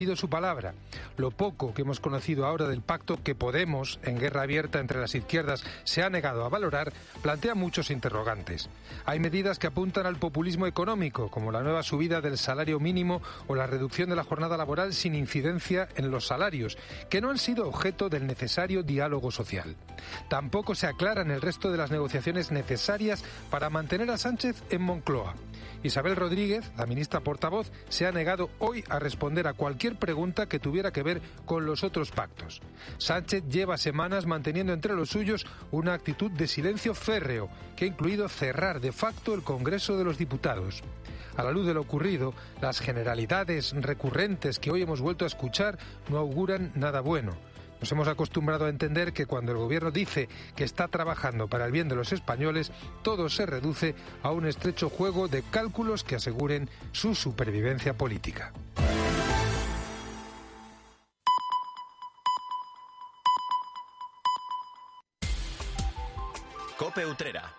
su palabra. Lo poco que hemos conocido ahora del pacto que Podemos, en guerra abierta entre las izquierdas, se ha negado a valorar, plantea muchos interrogantes. Hay medidas que apuntan al populismo económico, como la nueva subida del salario mínimo o la reducción de la jornada laboral sin incidencia en los salarios, que no han sido objeto del necesario diálogo social. Tampoco se aclaran el resto de las negociaciones necesarias para mantener a Sánchez en Moncloa. Isabel Rodríguez, la ministra portavoz, se ha negado hoy a responder a cualquier pregunta que tuviera que ver con los otros pactos. Sánchez lleva semanas manteniendo entre los suyos una actitud de silencio férreo, que ha incluido cerrar de facto el Congreso de los Diputados. A la luz de lo ocurrido, las generalidades recurrentes que hoy hemos vuelto a escuchar no auguran nada bueno. Nos hemos acostumbrado a entender que cuando el gobierno dice que está trabajando para el bien de los españoles, todo se reduce a un estrecho juego de cálculos que aseguren su supervivencia política. COPE Utrera.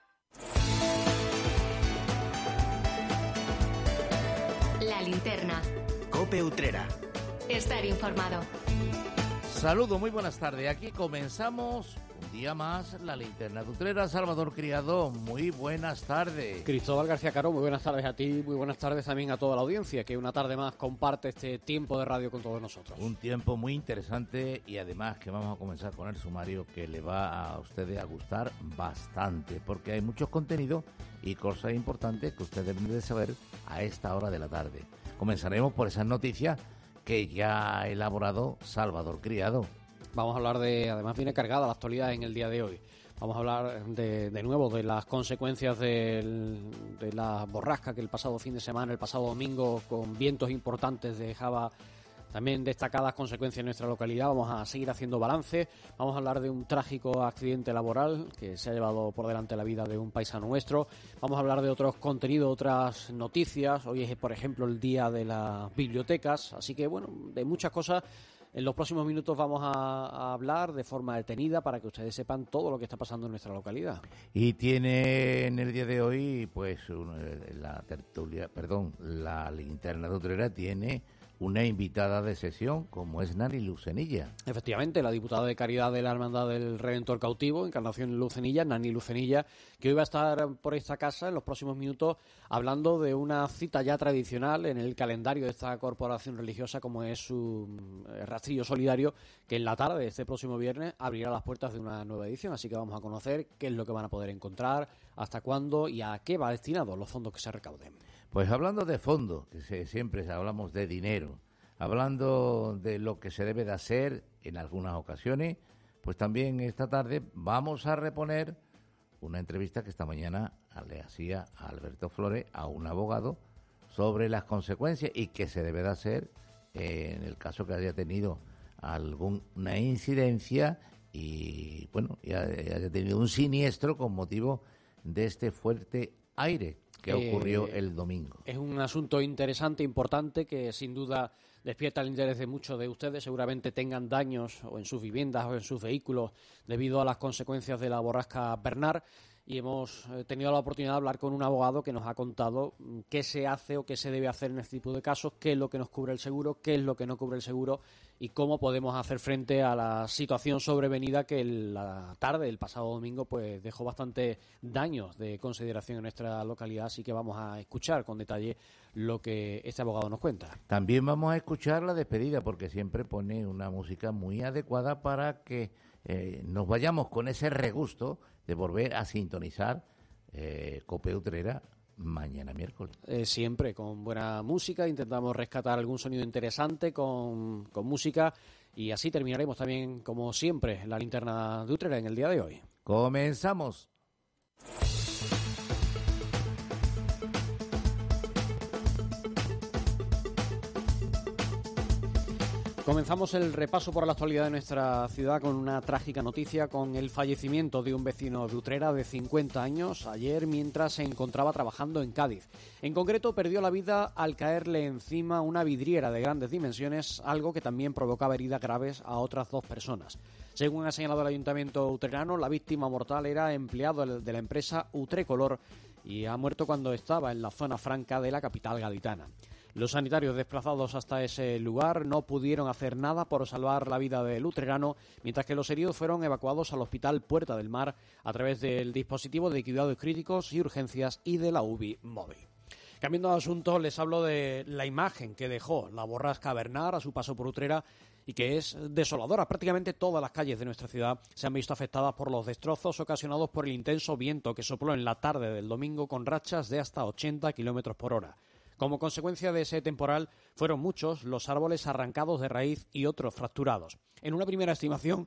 La linterna. COPE Utrera. Estar informado. Saludos, muy buenas tardes. Aquí comenzamos un día más la linterna de Utrera. Salvador Criado, muy buenas tardes. Cristóbal García Caro, muy buenas tardes a ti, muy buenas tardes también a toda la audiencia, que una tarde más comparte este tiempo de radio con todos nosotros. Un tiempo muy interesante y además que vamos a comenzar con el sumario que le va a ustedes a gustar bastante, porque hay muchos contenidos y cosas importantes que ustedes deben de saber a esta hora de la tarde. Comenzaremos por esas noticias que ya ha elaborado Salvador Criado. Vamos a hablar además viene cargada la actualidad en el día de hoy. Vamos a hablar de nuevo de las consecuencias de la borrasca que el pasado fin de semana, el pasado domingo, con vientos importantes dejaba también destacadas consecuencias en nuestra localidad. Vamos a seguir haciendo balance. Vamos a hablar de un trágico accidente laboral que se ha llevado por delante la vida de un paisano nuestro. Vamos a hablar de otros contenidos, otras noticias. Hoy es, por ejemplo, el día de las bibliotecas. Así que, bueno, de muchas cosas. En los próximos minutos vamos a hablar de forma detenida para que ustedes sepan todo lo que está pasando en nuestra localidad. Y tiene en el día de hoy, pues, la linterna de Utrera tiene una invitada de sesión, como es Nani Lucenilla. Efectivamente, la diputada de Caridad de la Hermandad del Redentor Cautivo, Encarnación Lucenilla, Nani Lucenilla, que hoy va a estar por esta casa en los próximos minutos hablando de una cita ya tradicional en el calendario de esta corporación religiosa, como es su rastrillo solidario, que en la tarde de este próximo viernes abrirá las puertas de una nueva edición. Así que vamos a conocer qué es lo que van a poder encontrar, hasta cuándo y a qué va destinado los fondos que se recauden. Pues hablando de fondos, que siempre hablamos de dinero, hablando de lo que se debe de hacer en algunas ocasiones, pues también esta tarde vamos a reponer una entrevista que esta mañana le hacía a Alberto Flores, a un abogado, sobre las consecuencias y qué se debe de hacer en el caso que haya tenido alguna incidencia y, bueno, y haya tenido un siniestro con motivo de este fuerte aire que ocurrió el domingo. Es un asunto interesante, importante, que sin duda despierta el interés de muchos de ustedes. Seguramente tengan daños o en sus viviendas o en sus vehículos debido a las consecuencias de la borrasca Bernard. Y hemos tenido la oportunidad de hablar con un abogado que nos ha contado qué se hace o qué se debe hacer en este tipo de casos, qué es lo que nos cubre el seguro, qué es lo que no cubre el seguro y cómo podemos hacer frente a la situación sobrevenida que la tarde del pasado domingo pues dejó bastantes daños de consideración en nuestra localidad. Así que vamos a escuchar con detalle lo que este abogado nos cuenta. También vamos a escuchar la despedida porque siempre pone una música muy adecuada para que nos vayamos con ese regusto de volver a sintonizar COPE Utrera mañana miércoles. Siempre con buena música, intentamos rescatar algún sonido interesante con música y así terminaremos también, como siempre, la linterna de Utrera en el día de hoy. Comenzamos. Comenzamos el repaso por la actualidad de nuestra ciudad con una trágica noticia, con el fallecimiento de un vecino de Utrera de 50 años ayer mientras se encontraba trabajando en Cádiz. En concreto, perdió la vida al caerle encima una vidriera de grandes dimensiones, algo que también provocaba heridas graves a otras dos personas. Según ha señalado el Ayuntamiento utrerano, la víctima mortal era empleado de la empresa Utrecolor y ha muerto cuando estaba en la zona franca de la capital gaditana. Los sanitarios desplazados hasta ese lugar no pudieron hacer nada por salvar la vida del utrerano, mientras que los heridos fueron evacuados al Hospital Puerta del Mar a través del dispositivo de cuidados críticos y urgencias y de la UBI móvil. Cambiando de asunto, les hablo de la imagen que dejó la borrasca Bernard a su paso por Utrera y que es desoladora. Prácticamente todas las calles de nuestra ciudad se han visto afectadas por los destrozos ocasionados por el intenso viento que sopló en la tarde del domingo con rachas de hasta 80 kilómetros por hora. Como consecuencia de ese temporal, fueron muchos los árboles arrancados de raíz y otros fracturados. En una primera estimación,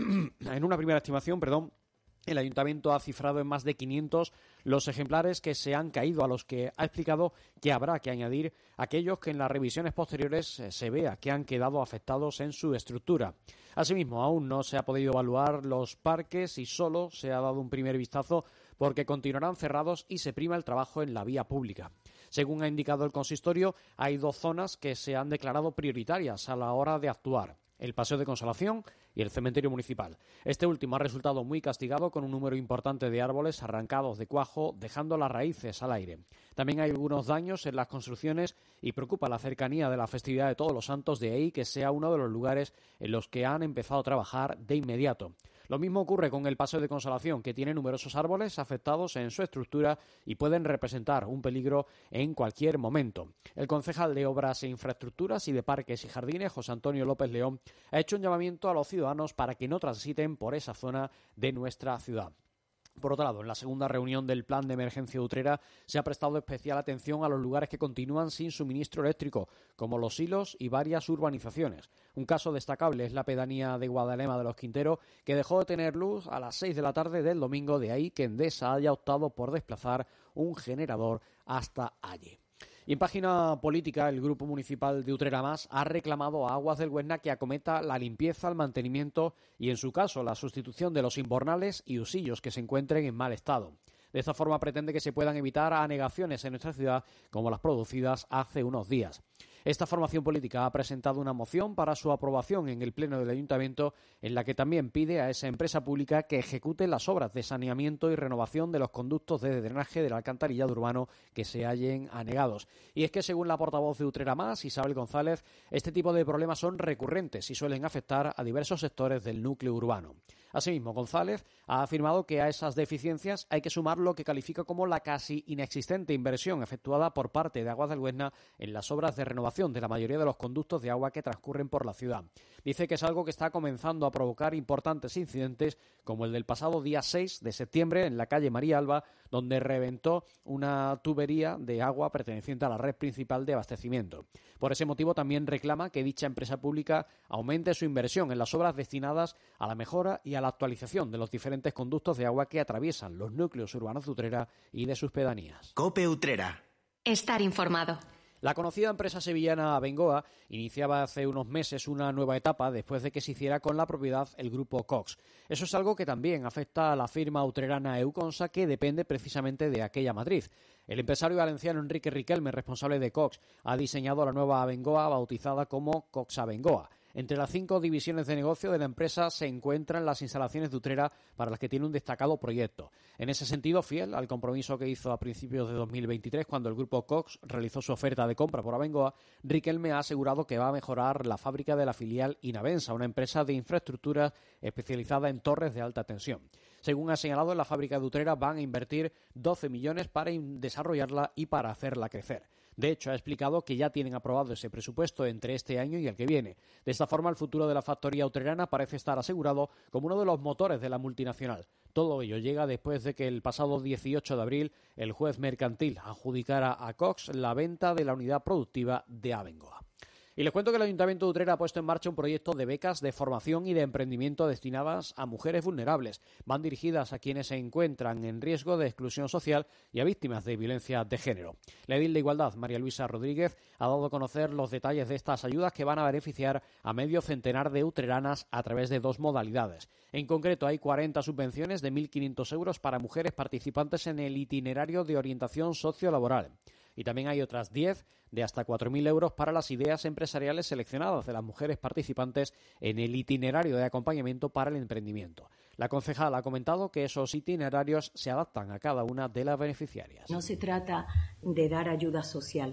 el Ayuntamiento ha cifrado en más de 500 los ejemplares que se han caído, a los que ha explicado que habrá que añadir aquellos que en las revisiones posteriores se vea que han quedado afectados en su estructura. Asimismo, aún no se ha podido evaluar los parques y solo se ha dado un primer vistazo porque continuarán cerrados y se prima el trabajo en la vía pública. Según ha indicado el consistorio, hay 2 zonas que se han declarado prioritarias a la hora de actuar: el Paseo de Consolación y el cementerio municipal. Este último ha resultado muy castigado con un número importante de árboles arrancados de cuajo, dejando las raíces al aire. También hay algunos daños en las construcciones y preocupa la cercanía de la festividad de Todos los Santos, de ahí que sea uno de los lugares en los que han empezado a trabajar de inmediato. Lo mismo ocurre con el Paseo de Consolación, que tiene numerosos árboles afectados en su estructura y pueden representar un peligro en cualquier momento. El concejal de Obras e Infraestructuras y de Parques y Jardines, José Antonio López León, ha hecho un llamamiento a los ciudadanos para que no transiten por esa zona de nuestra ciudad. Por otro lado, en la segunda reunión del Plan de Emergencia de Utrera se ha prestado especial atención a los lugares que continúan sin suministro eléctrico, como Los Silos y varias urbanizaciones. Un caso destacable es la pedanía de Guadalema de los Quinteros, que dejó de tener luz a las 6 de la tarde del domingo, de ahí que Endesa haya optado por desplazar un generador hasta allí. Y en página política, el Grupo Municipal de Utrera Más ha reclamado a Aguas del Huesna que acometa la limpieza, el mantenimiento y, en su caso, la sustitución de los invernales y usillos que se encuentren en mal estado. De esta forma pretende que se puedan evitar anegaciones en nuestra ciudad como las producidas hace unos días. Esta formación política ha presentado una moción para su aprobación en el Pleno del Ayuntamiento, en la que también pide a esa empresa pública que ejecute las obras de saneamiento y renovación de los conductos de drenaje del alcantarillado urbano que se hallen anegados. Y es que, según la portavoz de Utrera Más, Isabel González, este tipo de problemas son recurrentes y suelen afectar a diversos sectores del núcleo urbano. Asimismo, González ha afirmado que a esas deficiencias hay que sumar lo que califica como la casi inexistente inversión efectuada por parte de Aguas del Huesna en las obras de renovación de la mayoría de los conductos de agua que transcurren por la ciudad. Dice que es algo que está comenzando a provocar importantes incidentes, como el del pasado día 6 de septiembre en la calle María Alba, donde reventó una tubería de agua perteneciente a la red principal de abastecimiento. Por ese motivo también reclama que dicha empresa pública aumente su inversión en las obras destinadas a la mejora y a la actualización de los diferentes conductos de agua que atraviesan los núcleos urbanos de Utrera y de sus pedanías. COPE Utrera. Estar informado. La conocida empresa sevillana Abengoa iniciaba hace unos meses una nueva etapa después de que se hiciera con la propiedad el grupo Cox. Eso es algo que también afecta a la firma utrerana Euconsa, que depende precisamente de aquella matriz. El empresario valenciano Enrique Riquelme, responsable de Cox, ha diseñado la nueva Abengoa bautizada como Cox Abengoa. Entre las 5 divisiones de negocio de la empresa se encuentran las instalaciones de Utrera, para las que tiene un destacado proyecto. En ese sentido, fiel al compromiso que hizo a principios de 2023, cuando el grupo Cox realizó su oferta de compra por Abengoa, Riquelme ha asegurado que va a mejorar la fábrica de la filial Inavensa, una empresa de infraestructuras especializada en torres de alta tensión. Según ha señalado, en la fábrica de Utrera van a invertir 12 millones para desarrollarla y para hacerla crecer. De hecho, ha explicado que ya tienen aprobado ese presupuesto entre este año y el que viene. De esta forma, el futuro de la factoría utrerana parece estar asegurado como uno de los motores de la multinacional. Todo ello llega después de que el pasado 18 de abril el juez mercantil adjudicara a Cox la venta de la unidad productiva de Abengoa. Y les cuento que el Ayuntamiento de Utrera ha puesto en marcha un proyecto de becas de formación y de emprendimiento destinadas a mujeres vulnerables. Van dirigidas a quienes se encuentran en riesgo de exclusión social y a víctimas de violencia de género. La edil de Igualdad, María Luisa Rodríguez, ha dado a conocer los detalles de estas ayudas, que van a beneficiar a medio centenar de utreranas a través de 2 modalidades. En concreto, hay 40 subvenciones de 1.500 euros para mujeres participantes en el itinerario de orientación sociolaboral. Y también hay otras 10 de hasta 4.000 euros para las ideas empresariales seleccionadas de las mujeres participantes en el itinerario de acompañamiento para el emprendimiento. La concejala ha comentado que esos itinerarios se adaptan a cada una de las beneficiarias. No se trata de dar ayuda social,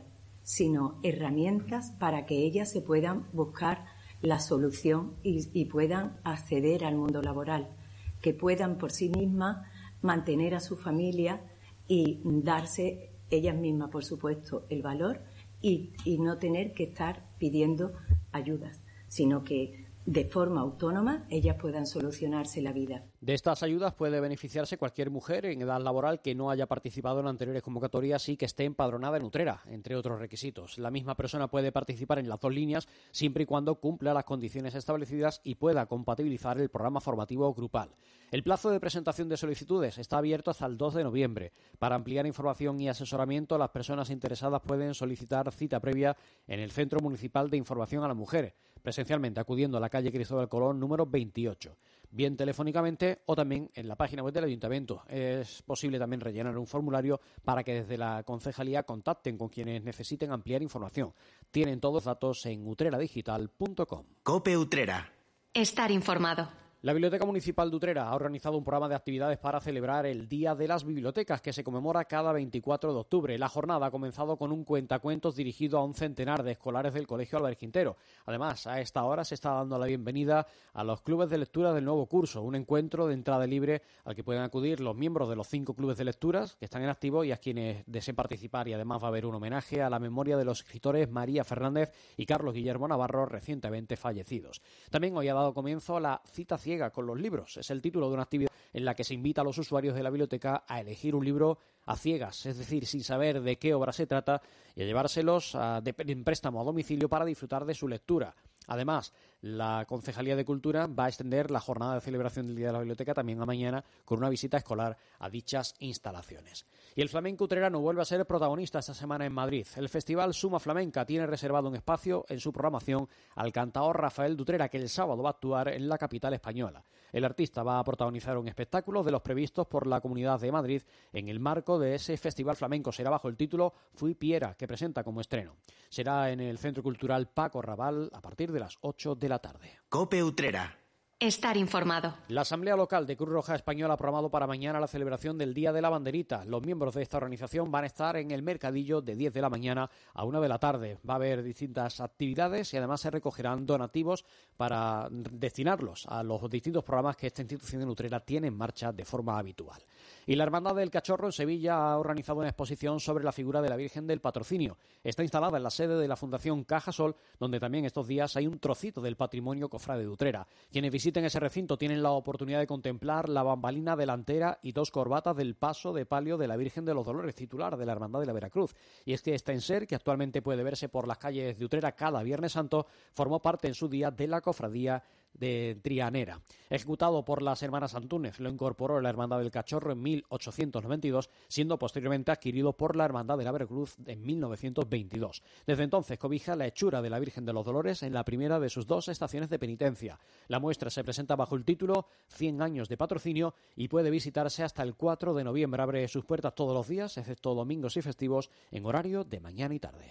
sino herramientas para que ellas se puedan buscar la solución y puedan acceder al mundo laboral, que puedan por sí mismas mantener a su familia y darse ellas mismas, por supuesto, el valor y no tener que estar pidiendo ayudas, sino que de forma autónoma ellas puedan solucionarse la vida. De estas ayudas puede beneficiarse cualquier mujer en edad laboral que no haya participado en anteriores convocatorias y que esté empadronada en Utrera, entre otros requisitos. La misma persona puede participar en las dos líneas siempre y cuando cumpla las condiciones establecidas y pueda compatibilizar el programa formativo grupal. El plazo de presentación de solicitudes está abierto hasta el 2 de noviembre. Para ampliar información y asesoramiento, las personas interesadas pueden solicitar cita previa en el Centro Municipal de Información a la Mujer, presencialmente acudiendo a la calle Cristóbal Colón número 28, bien telefónicamente o también en la página web del Ayuntamiento. Es posible también rellenar un formulario para que desde la concejalía contacten con quienes necesiten ampliar información. Tienen todos los datos en utreradigital.com. COPE Utrera. Estar informado. La Biblioteca Municipal de Utrera ha organizado un programa de actividades para celebrar el Día de las Bibliotecas, que se conmemora cada 24 de octubre. La jornada ha comenzado con un cuentacuentos dirigido a un centenar de escolares del Colegio Álvarez Quintero. Además, a esta hora se está dando la bienvenida a los clubes de lectura del nuevo curso, un encuentro de entrada libre al que pueden acudir los miembros de los 5 clubes de lecturas que están en activo y a quienes deseen participar. Y además va a haber un homenaje a la memoria de los escritores María Fernández y Carlos Guillermo Navarro, recientemente fallecidos. También hoy ha dado comienzo la cita ciega con los libros. Es el título de una actividad en la que se invita a los usuarios de la biblioteca a elegir un libro a ciegas, es decir, sin saber de qué obra se trata, y a llevárselos en préstamo a domicilio para disfrutar de su lectura. Además, la Concejalía de Cultura va a extender la jornada de celebración del Día de la Biblioteca también a mañana con una visita escolar a dichas instalaciones. Y el flamenco utrerano vuelve a ser protagonista esta semana en Madrid. El Festival Suma Flamenca tiene reservado un espacio en su programación al cantaor Rafael de Utrera, que el sábado va a actuar en la capital española. El artista va a protagonizar un espectáculo de los previstos por la Comunidad de Madrid en el marco de ese festival flamenco. Será bajo el título Fui Piera, que presenta como estreno. Será en el Centro Cultural Paco Raval a partir de las 8 de la tarde. COPE Utrera. Estar informado. La Asamblea Local de Cruz Roja Española ha programado para mañana la celebración del Día de la Banderita. Los miembros de esta organización van a estar en el mercadillo de 10 de la mañana a 1 de la tarde. Va a haber distintas actividades y además se recogerán donativos para destinarlos a los distintos programas que esta institución en Utrera tiene en marcha de forma habitual. Y la Hermandad del Cachorro en Sevilla ha organizado una exposición sobre la figura de la Virgen del Patrocinio. Está instalada en la sede de la Fundación Cajasol, donde también estos días hay un trocito del patrimonio cofrade de Utrera. Quienes visiten ese recinto tienen la oportunidad de contemplar la bambalina delantera y 2 corbatas del paso de palio de la Virgen de los Dolores, titular de la Hermandad de la Veracruz. Y es que este enser, que actualmente puede verse por las calles de Utrera cada Viernes Santo, formó parte en su día de la cofradía de Trianera. Ejecutado por las hermanas Antúnez, lo incorporó la Hermandad del Cachorro en 1892, siendo posteriormente adquirido por la Hermandad de la Veracruz en 1922. Desde entonces cobija la hechura de la Virgen de los Dolores en la primera de sus 2 estaciones de penitencia. La muestra se presenta bajo el título 100 años de patrocinio y puede visitarse hasta el 4 de noviembre. Abre sus puertas todos los días, excepto domingos y festivos, en horario de mañana y tarde.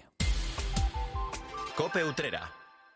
COPE Utrera.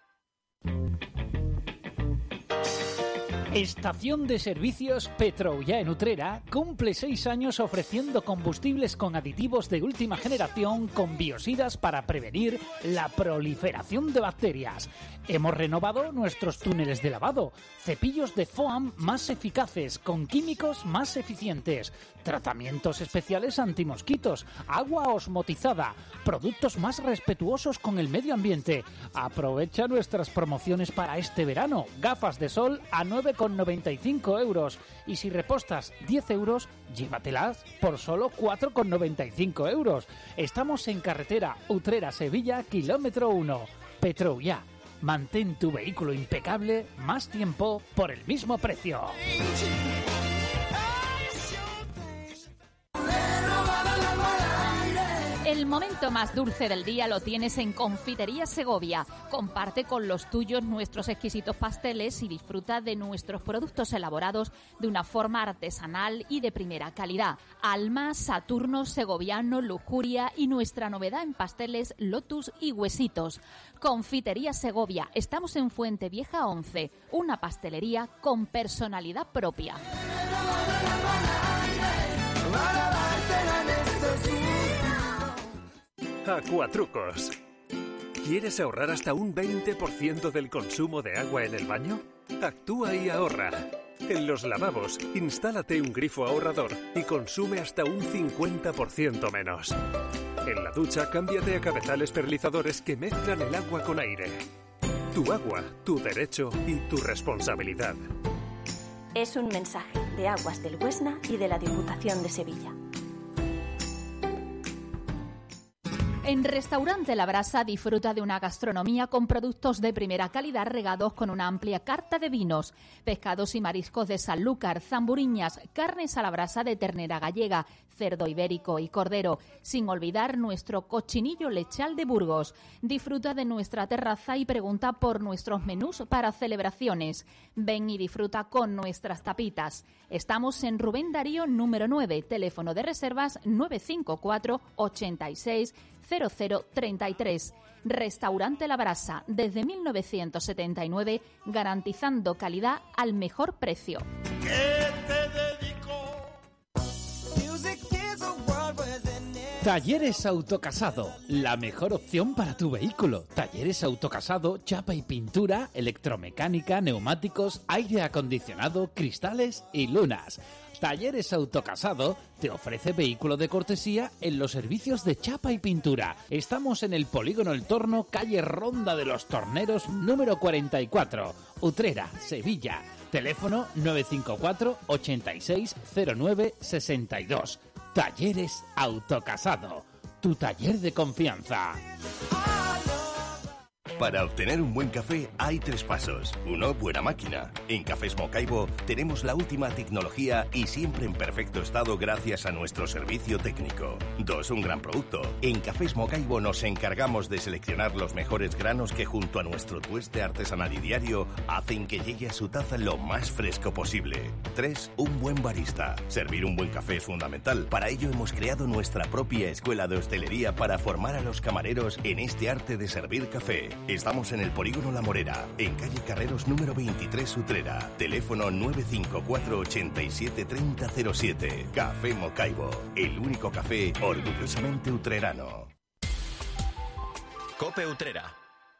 Estación de Servicios Petroullà en Utrera cumple 6 años ofreciendo combustibles con aditivos de última generación con biocidas para prevenir la proliferación de bacterias. Hemos renovado nuestros túneles de lavado, cepillos de foam más eficaces con químicos más eficientes, tratamientos especiales antimosquitos, agua osmotizada, productos más respetuosos con el medio ambiente. Aprovecha nuestras promociones para este verano. Gafas de sol a 9,95 euros. Y si repostas 10 euros, llévatelas por solo 4,95 euros. Estamos en carretera Utrera-Sevilla, kilómetro 1. Petroullà. Mantén tu vehículo impecable más tiempo por el mismo precio. El momento más dulce del día lo tienes en Confitería Segovia. Comparte con los tuyos nuestros exquisitos pasteles y disfruta de nuestros productos elaborados de una forma artesanal y de primera calidad. Alma, Saturno, Segoviano, Lujuria y nuestra novedad en pasteles, Lotus y Huesitos. Confitería Segovia. Estamos en Fuente Vieja 11, una pastelería con personalidad propia. Aquatrucos. ¿Quieres ahorrar hasta un 20% del consumo de agua en el baño? Actúa y ahorra. En los lavabos, instálate un grifo ahorrador y consume hasta un 50% menos. En la ducha, cámbiate a cabezales perlizadores que mezclan el agua con aire. Tu agua, tu derecho y tu responsabilidad. Es un mensaje de Aguas del Huesna y de la Diputación de Sevilla. En Restaurante La Brasa disfruta de una gastronomía con productos de primera calidad regados con una amplia carta de vinos, pescados y mariscos de Sanlúcar, zamburiñas, carnes a la brasa de ternera gallega, cerdo ibérico y cordero, sin olvidar nuestro cochinillo lechal de Burgos. Disfruta de nuestra terraza y pregunta por nuestros menús para celebraciones. Ven y disfruta con nuestras tapitas. Estamos en Rubén Darío número 9, teléfono de reservas 954 86 0033. Restaurante La Brasa, desde 1979, garantizando calidad al mejor precio. Talleres Autocasado, la mejor opción para tu vehículo. Talleres Autocasado, chapa y pintura, electromecánica, neumáticos, aire acondicionado, cristales y lunas. Talleres Autocasado te ofrece vehículos de cortesía en los servicios de chapa y pintura. Estamos en el Polígono El Torno, calle Ronda de los Torneros, número 44, Utrera, Sevilla. Teléfono 954 86 09 62. Talleres Autocasado, tu taller de confianza. Para obtener un buen café hay 3 pasos. 1, buena máquina. En Cafés Mocaibo tenemos la última tecnología y siempre en perfecto estado gracias a nuestro servicio técnico. 2, un gran producto. En Cafés Mocaibo nos encargamos de seleccionar los mejores granos que junto a nuestro tueste artesanal y diario hacen que llegue a su taza lo más fresco posible. 3, un buen barista. Servir un buen café es fundamental. Para ello hemos creado nuestra propia escuela de hostelería para formar a los camareros en este arte de servir café. Estamos en el Polígono La Morera, en calle Carreros número 23 Utrera. Teléfono 954 87 3007. Café Mocaibo, el único café orgullosamente utrerano. Cope Utrera.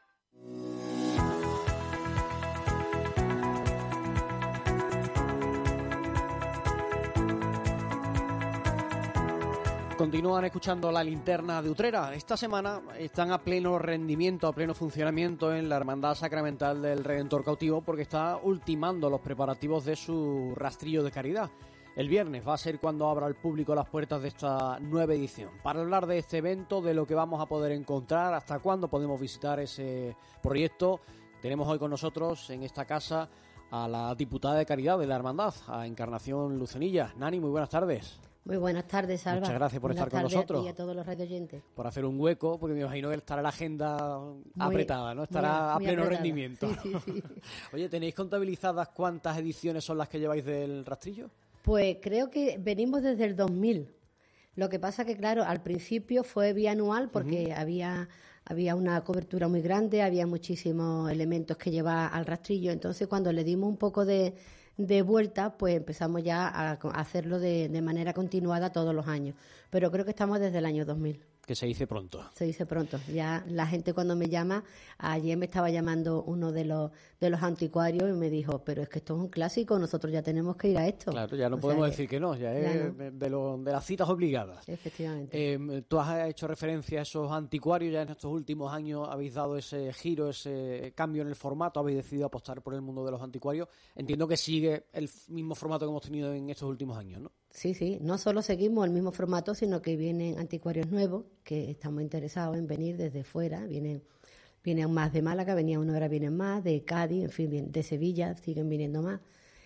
Continúan escuchando la linterna de Utrera. Esta semana están a pleno rendimiento, a pleno funcionamiento en la Hermandad Sacramental del Redentor Cautivo porque está ultimando los preparativos de su rastrillo de caridad. El viernes va a ser cuando abra al público las puertas de esta nueva edición. Para hablar de este evento, de lo que vamos a poder encontrar, hasta cuándo podemos visitar ese proyecto, tenemos hoy con nosotros en esta casa a la diputada de Caridad de la Hermandad, a Encarnación Lucenilla. Nani, muy buenas tardes. Muy buenas tardes, Salva. Muchas gracias por estar con nosotros. Y a todos los radioyentes. Por hacer un hueco, porque me imagino que estará la agenda apretada, ¿no? Estará muy a pleno apretada. Rendimiento. Sí. Oye, ¿tenéis contabilizadas cuántas ediciones son las que lleváis del rastrillo? Pues creo que venimos desde el 2000. Lo que pasa que, claro, al principio fue bianual porque había una cobertura muy grande, había muchísimos elementos que llevar al rastrillo. Entonces, cuando le dimos un poco de vuelta, pues empezamos ya a hacerlo de manera continuada todos los años. Pero creo que estamos desde el año 2000. Que se dice pronto. Se dice pronto. Ya la gente cuando me llama, ayer me estaba llamando uno de los anticuarios y me dijo, pero es que esto es un clásico, nosotros ya tenemos que ir a esto. Claro, ya no podemos decir que no, ya es no. De las citas obligadas. Efectivamente. Tú has hecho referencia a esos anticuarios, ya en estos últimos años habéis dado ese giro, ese cambio en el formato, habéis decidido apostar por el mundo de los anticuarios. Entiendo que sigue el mismo formato que hemos tenido en estos últimos años, ¿no? Sí, no solo seguimos el mismo formato, sino que vienen anticuarios nuevos, que estamos interesados en venir desde fuera, vienen más de Málaga, ahora vienen más, de Cádiz, en fin, de Sevilla, siguen viniendo más,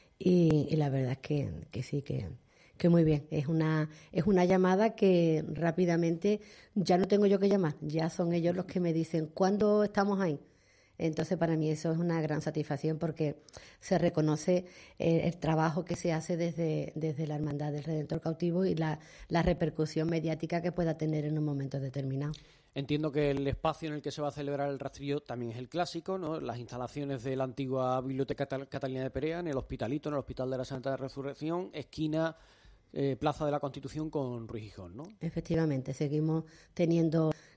y la verdad es que sí, que muy bien, es una llamada que rápidamente ya no tengo yo que llamar, ya son ellos los que me dicen, ¿cuándo estamos ahí? Entonces, para mí eso es una gran satisfacción porque se reconoce el trabajo que se hace desde la Hermandad del Redentor Cautivo y la repercusión mediática que pueda tener en un momento determinado. Entiendo que el espacio en el que se va a celebrar el rastrillo también es el clásico, ¿no? Las instalaciones de la antigua Biblioteca Catalina de Perea, en el Hospitalito, en el Hospital de la Santa Resurrección, esquina Plaza de la Constitución con Ruiz Gijón, ¿no? Efectivamente, seguimos teniendo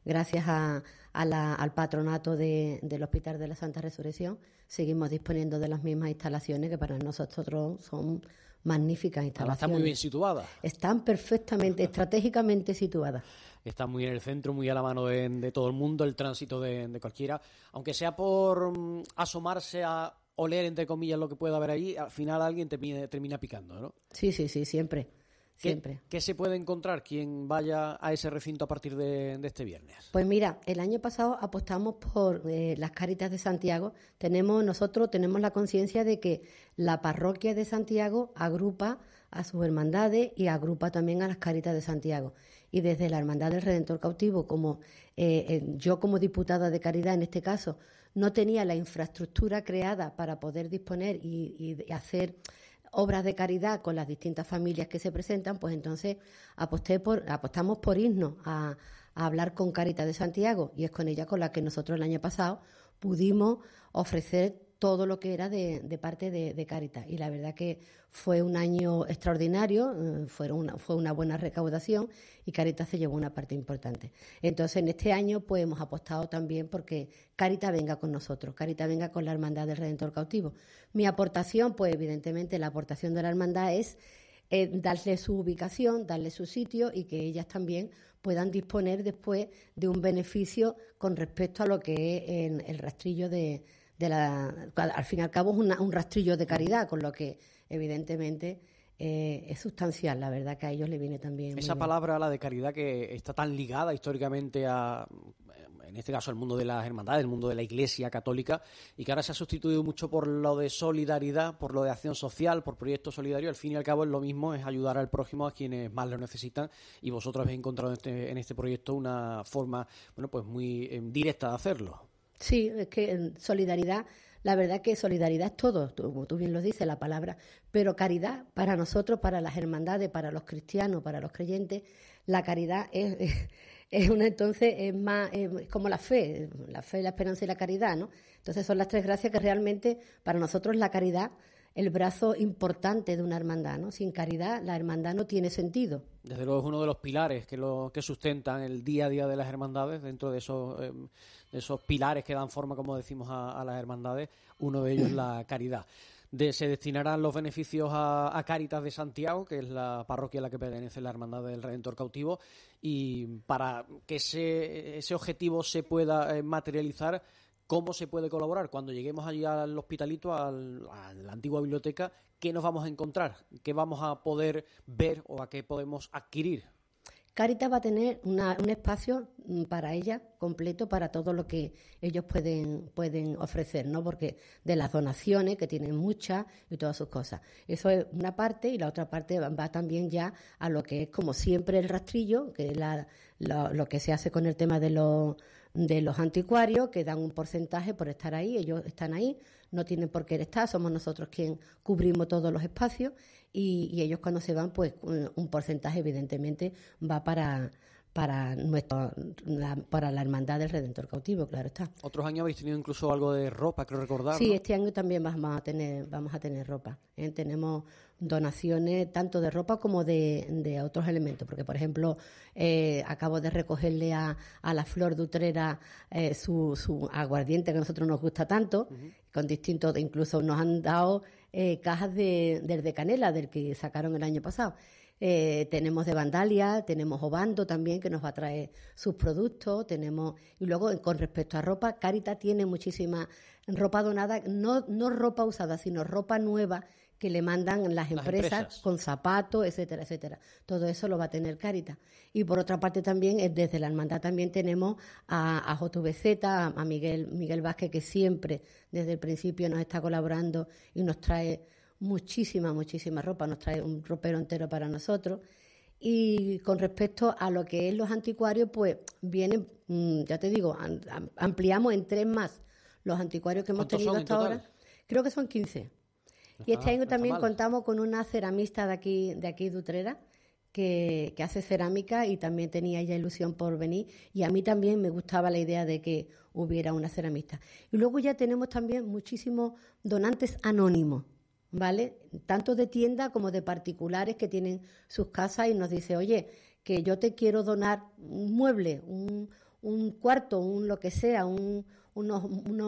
gracias al patronato del Hospital de la Santa Resurrección, seguimos disponiendo de las mismas instalaciones que para nosotros son magníficas instalaciones. Están muy bien situadas. Están perfectamente, estratégicamente situadas. Está muy en el centro, muy a la mano de todo el mundo, el tránsito de cualquiera. Aunque sea por asomarse a oler, entre comillas, lo que pueda haber ahí, al final alguien termina picando, ¿no? Sí, siempre. Siempre. ¿Qué se puede encontrar quien vaya a ese recinto a partir de este viernes? Pues mira, el año pasado apostamos por las Cáritas de Santiago. Nosotros tenemos la conciencia de que la parroquia de Santiago agrupa a sus hermandades y agrupa también a las Cáritas de Santiago. Y desde la Hermandad del Redentor Cautivo, como yo como diputada de Caridad en este caso, no tenía la infraestructura creada para poder disponer y hacer obras de caridad con las distintas familias que se presentan, pues entonces apostamos por irnos a hablar con Cáritas de Santiago, y es con ella con la que nosotros el año pasado pudimos ofrecer todo lo que era de parte de Cáritas. Y la verdad que fue un año extraordinario, fue una buena recaudación y Cáritas se llevó una parte importante. Entonces, en este año pues hemos apostado también porque Cáritas venga con nosotros, Cáritas venga con la Hermandad del Redentor Cautivo. Mi aportación, pues evidentemente la aportación de la Hermandad es darle su ubicación, darle su sitio y que ellas también puedan disponer después de un beneficio con respecto a lo que es el rastrillo al fin y al cabo es un rastrillo de caridad, con lo que evidentemente es sustancial. La verdad que a ellos le viene también esa palabra, la de caridad, que está tan ligada históricamente en este caso, al mundo de las hermandades, el mundo de la Iglesia católica, y que ahora se ha sustituido mucho por lo de solidaridad, por lo de acción social, por proyectos solidarios. Al fin y al cabo es lo mismo, es ayudar al prójimo, a quienes más lo necesitan, y vosotros habéis encontrado en este proyecto una forma, pues muy directa de hacerlo. Sí, es que solidaridad, la verdad que solidaridad es todo, como tú bien lo dices, la palabra, pero caridad para nosotros, para las hermandades, para los cristianos, para los creyentes, la caridad es más como la fe, la esperanza y la caridad, ¿no? Entonces son las tres gracias que realmente para nosotros la caridad, el brazo importante de una hermandad, ¿no? Sin caridad la hermandad no tiene sentido. Desde luego es uno de los pilares que sustentan el día a día de las hermandades. Dentro de esos pilares que dan forma, como decimos, a las hermandades, uno de ellos es la caridad. Se destinarán los beneficios a Cáritas de Santiago, que es la parroquia a la que pertenece la Hermandad del Redentor Cautivo, y para que ese objetivo se pueda materializar, ¿cómo se puede colaborar? Cuando lleguemos allí al Hospitalito, a la antigua biblioteca, ¿qué nos vamos a encontrar? ¿Qué vamos a poder ver o a qué podemos adquirir? Cáritas va a tener un espacio para ella completo para todo lo que ellos pueden ofrecer, ¿no? Porque de las donaciones, que tienen muchas, y todas sus cosas. Eso es una parte, y la otra parte va también ya a lo que es, como siempre, el rastrillo, que es lo que se hace con el tema de los anticuarios, que dan un porcentaje por estar ahí. Ellos están ahí, no tienen por qué estar, somos nosotros quien cubrimos todos los espacios, y ellos cuando se van, pues un porcentaje evidentemente va para la Hermandad del Redentor Cautivo, claro está. Otros años habéis tenido incluso algo de ropa, creo recordar, Sí, ¿no? este año también vamos a tener ropa, ¿eh? Tenemos donaciones tanto de ropa como de otros elementos, porque por ejemplo acabo de recogerle a la Flor de Utrera su aguardiente, que a nosotros nos gusta tanto, con distintos, incluso nos han dado cajas de canela, del que sacaron el año pasado. Tenemos de Vandalia, tenemos Obando también, que nos va a traer sus productos, y luego con respecto a ropa, Cáritas tiene muchísima ropa donada, no ropa usada, sino ropa nueva que le mandan las empresas con zapatos, etcétera, etcétera. Todo eso lo va a tener Cáritas. Y por otra parte también, desde la hermandad también tenemos a JVZ, a Miguel Vázquez, que siempre desde el principio nos está colaborando y nos trae muchísima ropa, nos trae un ropero entero para nosotros. Y con respecto a lo que es los anticuarios, pues vienen, ya te digo, ampliamos en 3 más los anticuarios que hemos tenido hasta ahora. Creo que son 15. Y este año también contamos con una ceramista de aquí de Utrera, que hace cerámica, y también tenía ella ilusión por venir, y a mí también me gustaba la idea de que hubiera una ceramista. Y luego ya tenemos también muchísimos donantes anónimos, ¿vale? Tanto de tienda como de particulares que tienen sus casas y nos dice, oye, que yo te quiero donar un mueble, cuarto, un lo que sea, unos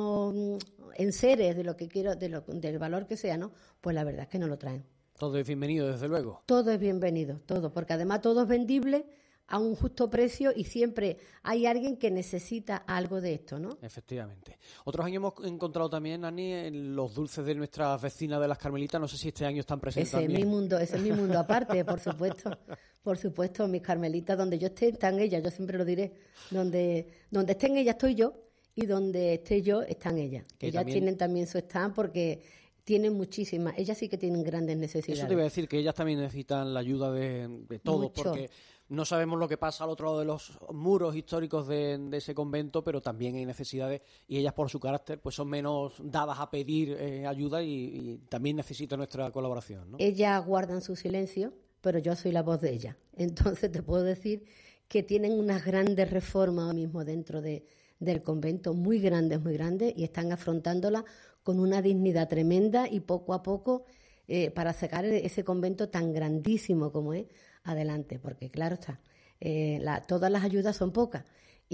enseres de lo que quiero, del valor que sea, ¿no? Pues la verdad es que no lo traen. Todo es bienvenido, desde luego. Todo es bienvenido, todo, porque además todo es vendible a un justo precio y siempre hay alguien que necesita algo de esto, ¿no? Efectivamente. Otros años hemos encontrado también, Ani, en los dulces de nuestras vecinas de las Carmelitas. No sé si este año están presentes también. Ese es mi mundo aparte, por supuesto. Por supuesto, mis Carmelitas, donde yo esté, están ellas, yo siempre lo diré. Donde estén ellas estoy yo y donde esté yo están ellas. Ellas tienen también su stand porque tienen muchísimas, ellas sí que tienen grandes necesidades. Eso te iba a decir, que ellas también necesitan la ayuda de todos, porque no sabemos lo que pasa al otro lado de los muros históricos de ese convento, pero también hay necesidades y ellas por su carácter pues son menos dadas a pedir ayuda y también necesitan nuestra colaboración, ¿no? Ellas guardan su silencio, pero yo soy la voz de ellas. Entonces te puedo decir que tienen unas grandes reformas ahora mismo dentro del convento, muy grandes, y están afrontándolas con una dignidad tremenda y poco a poco para sacar ese convento tan grandísimo como es adelante, porque claro está, todas las ayudas son pocas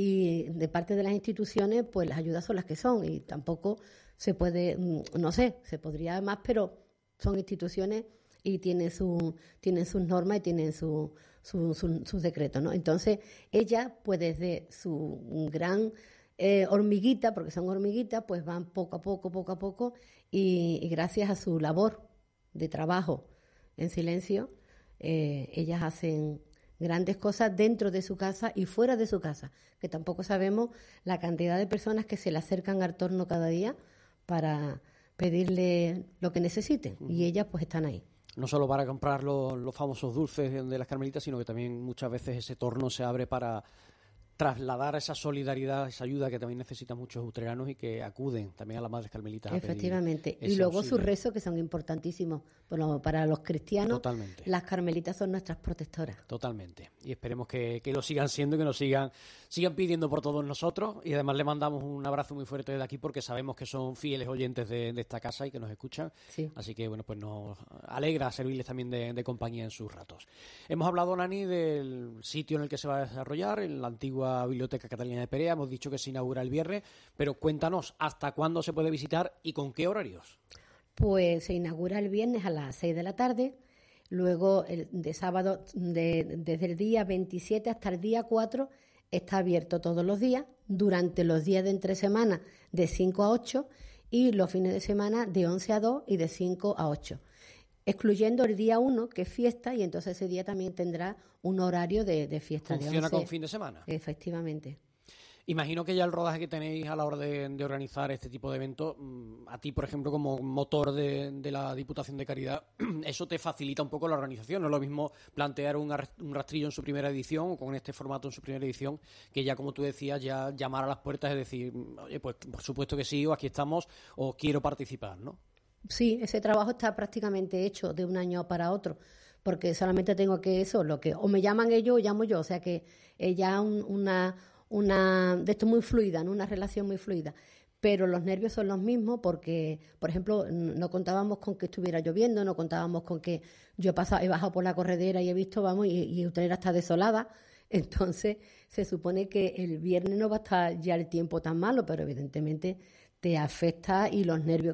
y de parte de las instituciones pues las ayudas son las que son y tampoco se puede, no sé, se podría más, pero son instituciones y tienen sus normas y tienen sus decretos, ¿no? Entonces ella pues desde su gran hormiguita, porque son hormiguitas, pues van poco a poco y gracias a su labor de trabajo en silencio, ellas hacen grandes cosas dentro de su casa y fuera de su casa, que tampoco sabemos la cantidad de personas que se le acercan al torno cada día para pedirle lo que necesiten y ellas pues están ahí. No solo para comprar los famosos dulces de las Carmelitas, sino que también muchas veces ese torno se abre para trasladar esa solidaridad, esa ayuda que también necesitan muchos utreranos y que acuden también a las Madres Carmelitas. Efectivamente. Y luego sus rezos, que son importantísimos. Bueno, para los cristianos, totalmente, las Carmelitas son nuestras protectoras. Totalmente. Y esperemos que lo sigan siendo, que nos sigan pidiendo por todos nosotros. Y además le mandamos un abrazo muy fuerte desde aquí porque sabemos que son fieles oyentes de esta casa y que nos escuchan. Sí. Así que, bueno, pues nos alegra servirles también de compañía en sus ratos. Hemos hablado, Nani, del sitio en el que se va a desarrollar, en la antigua Biblioteca Catalina de Perea. Hemos dicho que se inaugura el viernes, pero cuéntanos, ¿hasta cuándo se puede visitar y con qué horarios? Pues se inaugura el viernes a las 6 de la tarde, luego de sábado, desde el día 27 hasta el día 4, está abierto todos los días, durante los días de entre semana de 5 a 8 y los fines de semana de 11 a 2 y de 5 a 8. Excluyendo el día 1, que es fiesta, y entonces ese día también tendrá un horario de fiesta. ¿Funciona con fin de semana? Efectivamente. Imagino que ya el rodaje que tenéis a la hora de organizar este tipo de eventos, a ti, por ejemplo, como motor de la Diputación de Caridad, eso te facilita un poco la organización. No es lo mismo plantear un rastrillo en su primera edición, o con este formato en su primera edición, que ya, como tú decías, ya llamar a las puertas y decir, oye, pues por supuesto que sí, o aquí estamos, o quiero participar, ¿no? Sí, ese trabajo está prácticamente hecho de un año para otro, porque solamente tengo que o me llaman ellos o llamo yo, o sea que ya una de esto muy fluida, ¿no? Una relación muy fluida, pero los nervios son los mismos porque, por ejemplo, no contábamos con que estuviera lloviendo, no contábamos con que yo he bajado por la corredera y he visto, y Utrera está desolada, entonces se supone que el viernes no va a estar ya el tiempo tan malo, pero evidentemente te afecta y los nervios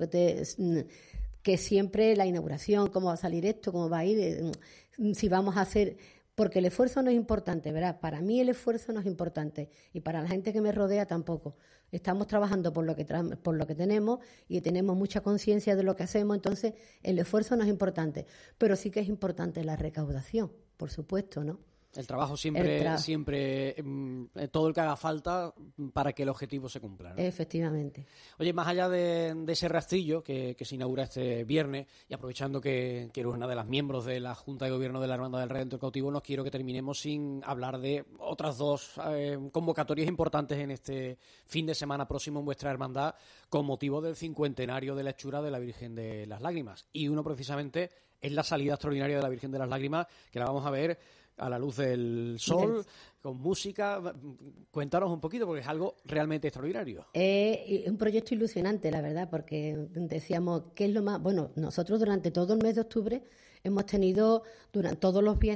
que siempre la inauguración, cómo va a salir esto, cómo va a ir, si vamos a hacer, porque el esfuerzo no es importante, ¿verdad? Para mí el esfuerzo no es importante y para la gente que me rodea tampoco. Estamos trabajando por lo que tenemos y tenemos mucha conciencia de lo que hacemos, entonces el esfuerzo no es importante, pero sí que es importante la recaudación, por supuesto, ¿no? El trabajo siempre, todo el que haga falta para que el objetivo se cumpla, ¿no? Efectivamente. Oye, más allá de ese rastrillo que se inaugura este viernes, y aprovechando que eres una de las miembros de la Junta de Gobierno de la Hermandad del Redentor Cautivo, no quiero que terminemos sin hablar de otras dos convocatorias importantes en este fin de semana próximo en vuestra hermandad, con motivo del 50º de la hechura de la Virgen de las Lágrimas. Y uno precisamente es la salida extraordinaria de la Virgen de las Lágrimas, que la vamos a ver a la luz del sol, con música. Cuéntanos un poquito, porque es algo realmente extraordinario. Es un proyecto ilusionante, la verdad, porque decíamos, ¿qué es lo más? Bueno, nosotros durante todo el mes de octubre hemos tenido, durante todos los viernes,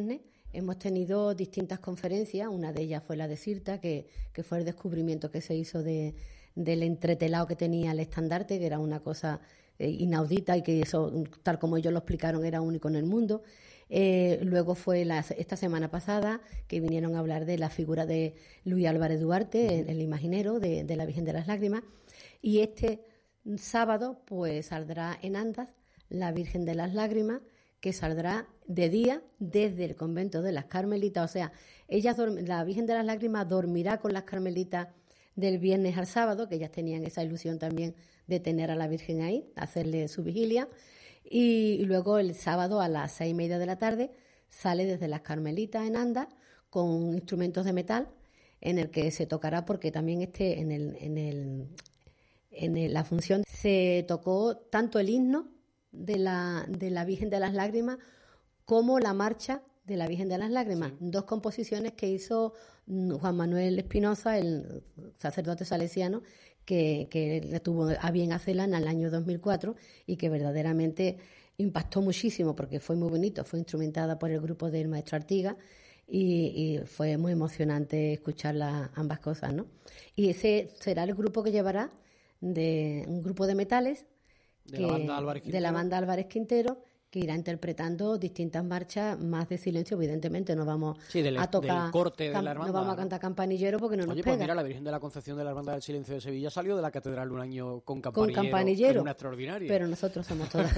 hemos tenido distintas conferencias. Una de ellas fue la de Cirta, que fue el descubrimiento que se hizo del entretelado que tenía el estandarte, que era una cosa inaudita y que eso, tal como ellos lo explicaron, era único en el mundo. Luego fue esta semana pasada que vinieron a hablar de la figura de Luis Álvarez Duarte, el imaginero de la Virgen de las Lágrimas. Y este sábado pues saldrá en Andas la Virgen de las Lágrimas, que saldrá de día desde el convento de las Carmelitas. O sea, la Virgen de las Lágrimas dormirá con las Carmelitas del viernes al sábado, que ellas tenían esa ilusión también de tener a la Virgen ahí, hacerle su vigilia. Y luego el sábado a las 6:30 de la tarde sale desde las Carmelitas en Andas con instrumentos de metal, en el que se tocará, porque también en la función se tocó tanto el himno de la Virgen de las Lágrimas como la marcha de la Virgen de las Lágrimas, sí. 2 composiciones que hizo Juan Manuel Espinosa, el sacerdote salesiano, que le tuvo a bien hacerla en el año 2004 y que verdaderamente impactó muchísimo porque fue muy bonito, fue instrumentada por el grupo del maestro Artiga y fue muy emocionante escuchar ambas cosas, Y ese será el grupo que llevará de un grupo de metales de la banda Álvarez Quintero, que irá interpretando distintas marchas más de silencio. Evidentemente no vamos a tocar del corte de la hermandad, no vamos a cantar campanillero porque no nos pega. Pues mira, la Virgen de la Concepción de la Hermandad del Silencio de Sevilla salió de la catedral un año con campanillero, una extraordinaria. Pero nosotros somos todas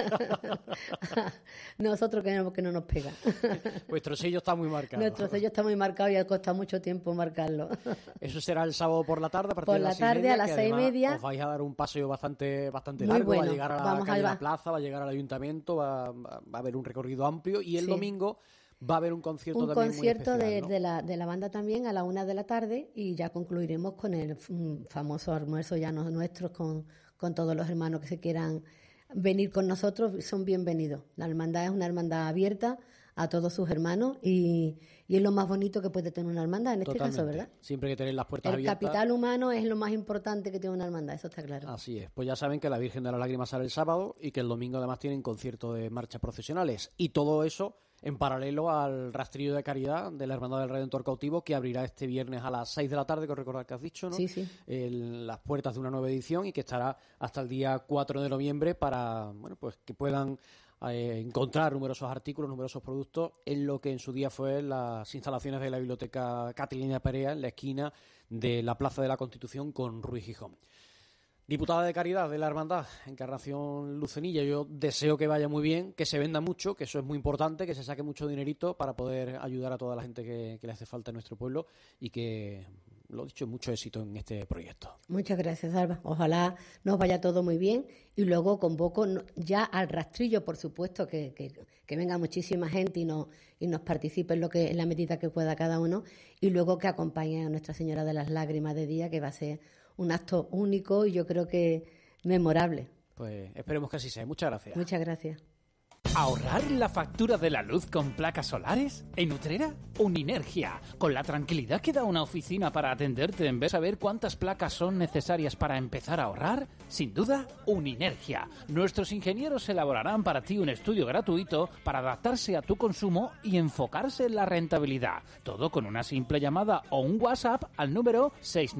nosotros que no nos pega. Vuestro sello está muy marcado. Nuestro sello está muy marcado y ha costado mucho tiempo marcarlo. Eso será el sábado por la tarde, a partir por de las 6:30, a las 6:30. Os vais a dar un paseo bastante muy largo, bueno. Va a llegar a la calle de la plaza, va a llegar al ayuntamiento, va a haber un recorrido amplio y el domingo va a haber un concierto también muy especial, ¿no? de la banda también a la 1 de la tarde y ya concluiremos con el famoso almuerzo ya nuestros con todos los hermanos que se quieran venir con nosotros, son bienvenidos. La hermandad es una hermandad abierta a todos sus hermanos y es lo más bonito que puede tener una hermandad en este caso, ¿verdad? Siempre hay que tener las puertas abiertas. El capital humano es lo más importante que tiene una hermandad, eso está claro. Así es. Pues ya saben que la Virgen de las Lágrimas sale el sábado y que el domingo además tienen concierto de marchas procesionales. Y todo eso en paralelo al rastrillo de caridad de la Hermandad del Redentor Cautivo, que abrirá este viernes a las 6 de la tarde, que recordar que has dicho, ¿no? Sí, sí. Las puertas de una nueva edición y que estará hasta el día 4 de noviembre para, pues que puedan encontrar numerosos artículos, numerosos productos en lo que en su día fue las instalaciones de la Biblioteca Catilina Perea en la esquina de la Plaza de la Constitución con Ruiz Gijón. Diputada de Caridad de la Hermandad, Encarnación Lucenilla, yo deseo que vaya muy bien, que se venda mucho, que eso es muy importante, que se saque mucho dinerito para poder ayudar a toda la gente que le hace falta en nuestro pueblo y que, lo dicho, mucho éxito en este proyecto. Muchas gracias, Alba. Ojalá nos vaya todo muy bien y luego convoco ya al rastrillo, por supuesto, que venga muchísima gente y nos participe en la medida que pueda cada uno y luego que acompañe a Nuestra Señora de las Lágrimas de día, que va a ser un acto único y yo creo que memorable. Pues esperemos que así sea. Muchas gracias. Muchas gracias. ¿Ahorrar la factura de la luz con placas solares? ¿En Utrera? Uninergia. Con la tranquilidad que da una oficina para atenderte en vez de saber cuántas placas son necesarias para empezar a ahorrar, sin duda, Uninergia. Nuestros ingenieros elaborarán para ti un estudio gratuito para adaptarse a tu consumo y enfocarse en la rentabilidad. Todo con una simple llamada o un WhatsApp al número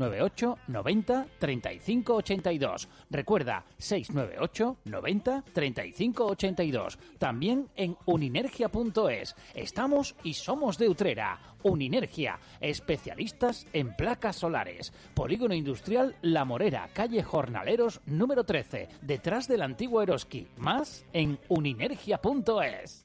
698 90 35 82. Recuerda, 698 90 35 82. También en uninergia.es. Estamos y somos de Utrera. Uninergia, especialistas en placas solares. Polígono Industrial La Morera, calle Jornaleros, número 13, detrás del antiguo Eroski. Más en uninergia.es.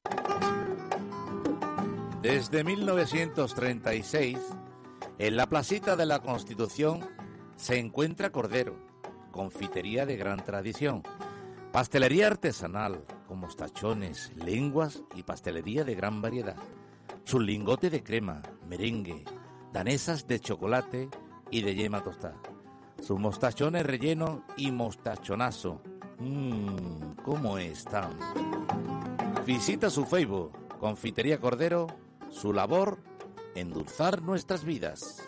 Desde 1936, en la placita de la Constitución se encuentra Cordero, confitería de gran tradición. Pastelería artesanal, con mostachones, lenguas y pastelería de gran variedad. Su lingote de crema, merengue, danesas de chocolate y de yema tostada. Sus mostachones rellenos y mostachonazo. ¿Cómo están? Visita su Facebook, Confitería Cordero, su labor, endulzar nuestras vidas.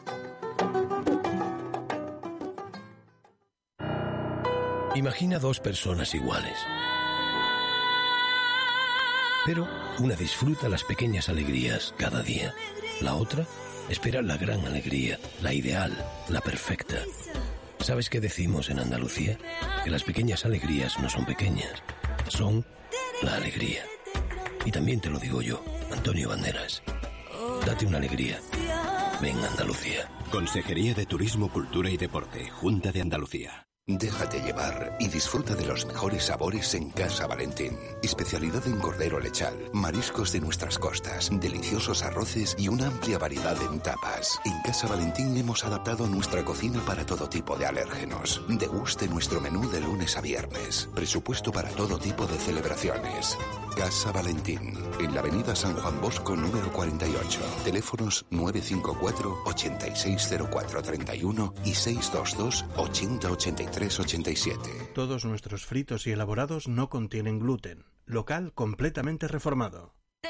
Imagina dos personas iguales, Pero una disfruta las pequeñas alegrías cada día. La otra espera la gran alegría, la ideal, la perfecta. ¿Sabes qué decimos en Andalucía? Que las pequeñas alegrías no son pequeñas, son la alegría. Y también te lo digo yo, Antonio Banderas. Date una alegría. Ven, Andalucía. Consejería de Turismo, Cultura y Deporte, Junta de Andalucía. Déjate llevar y disfruta de los mejores sabores en Casa Valentín. Especialidad en cordero lechal, mariscos de nuestras costas, deliciosos arroces y una amplia variedad en tapas. En Casa Valentín hemos adaptado nuestra cocina para todo tipo de alérgenos. Deguste nuestro menú de lunes a viernes. Presupuesto para todo tipo de celebraciones. Casa Valentín, en la avenida San Juan Bosco número 48. Teléfonos 954 860431 y 622 808387. Todos nuestros fritos y elaborados no contienen gluten. Local completamente reformado.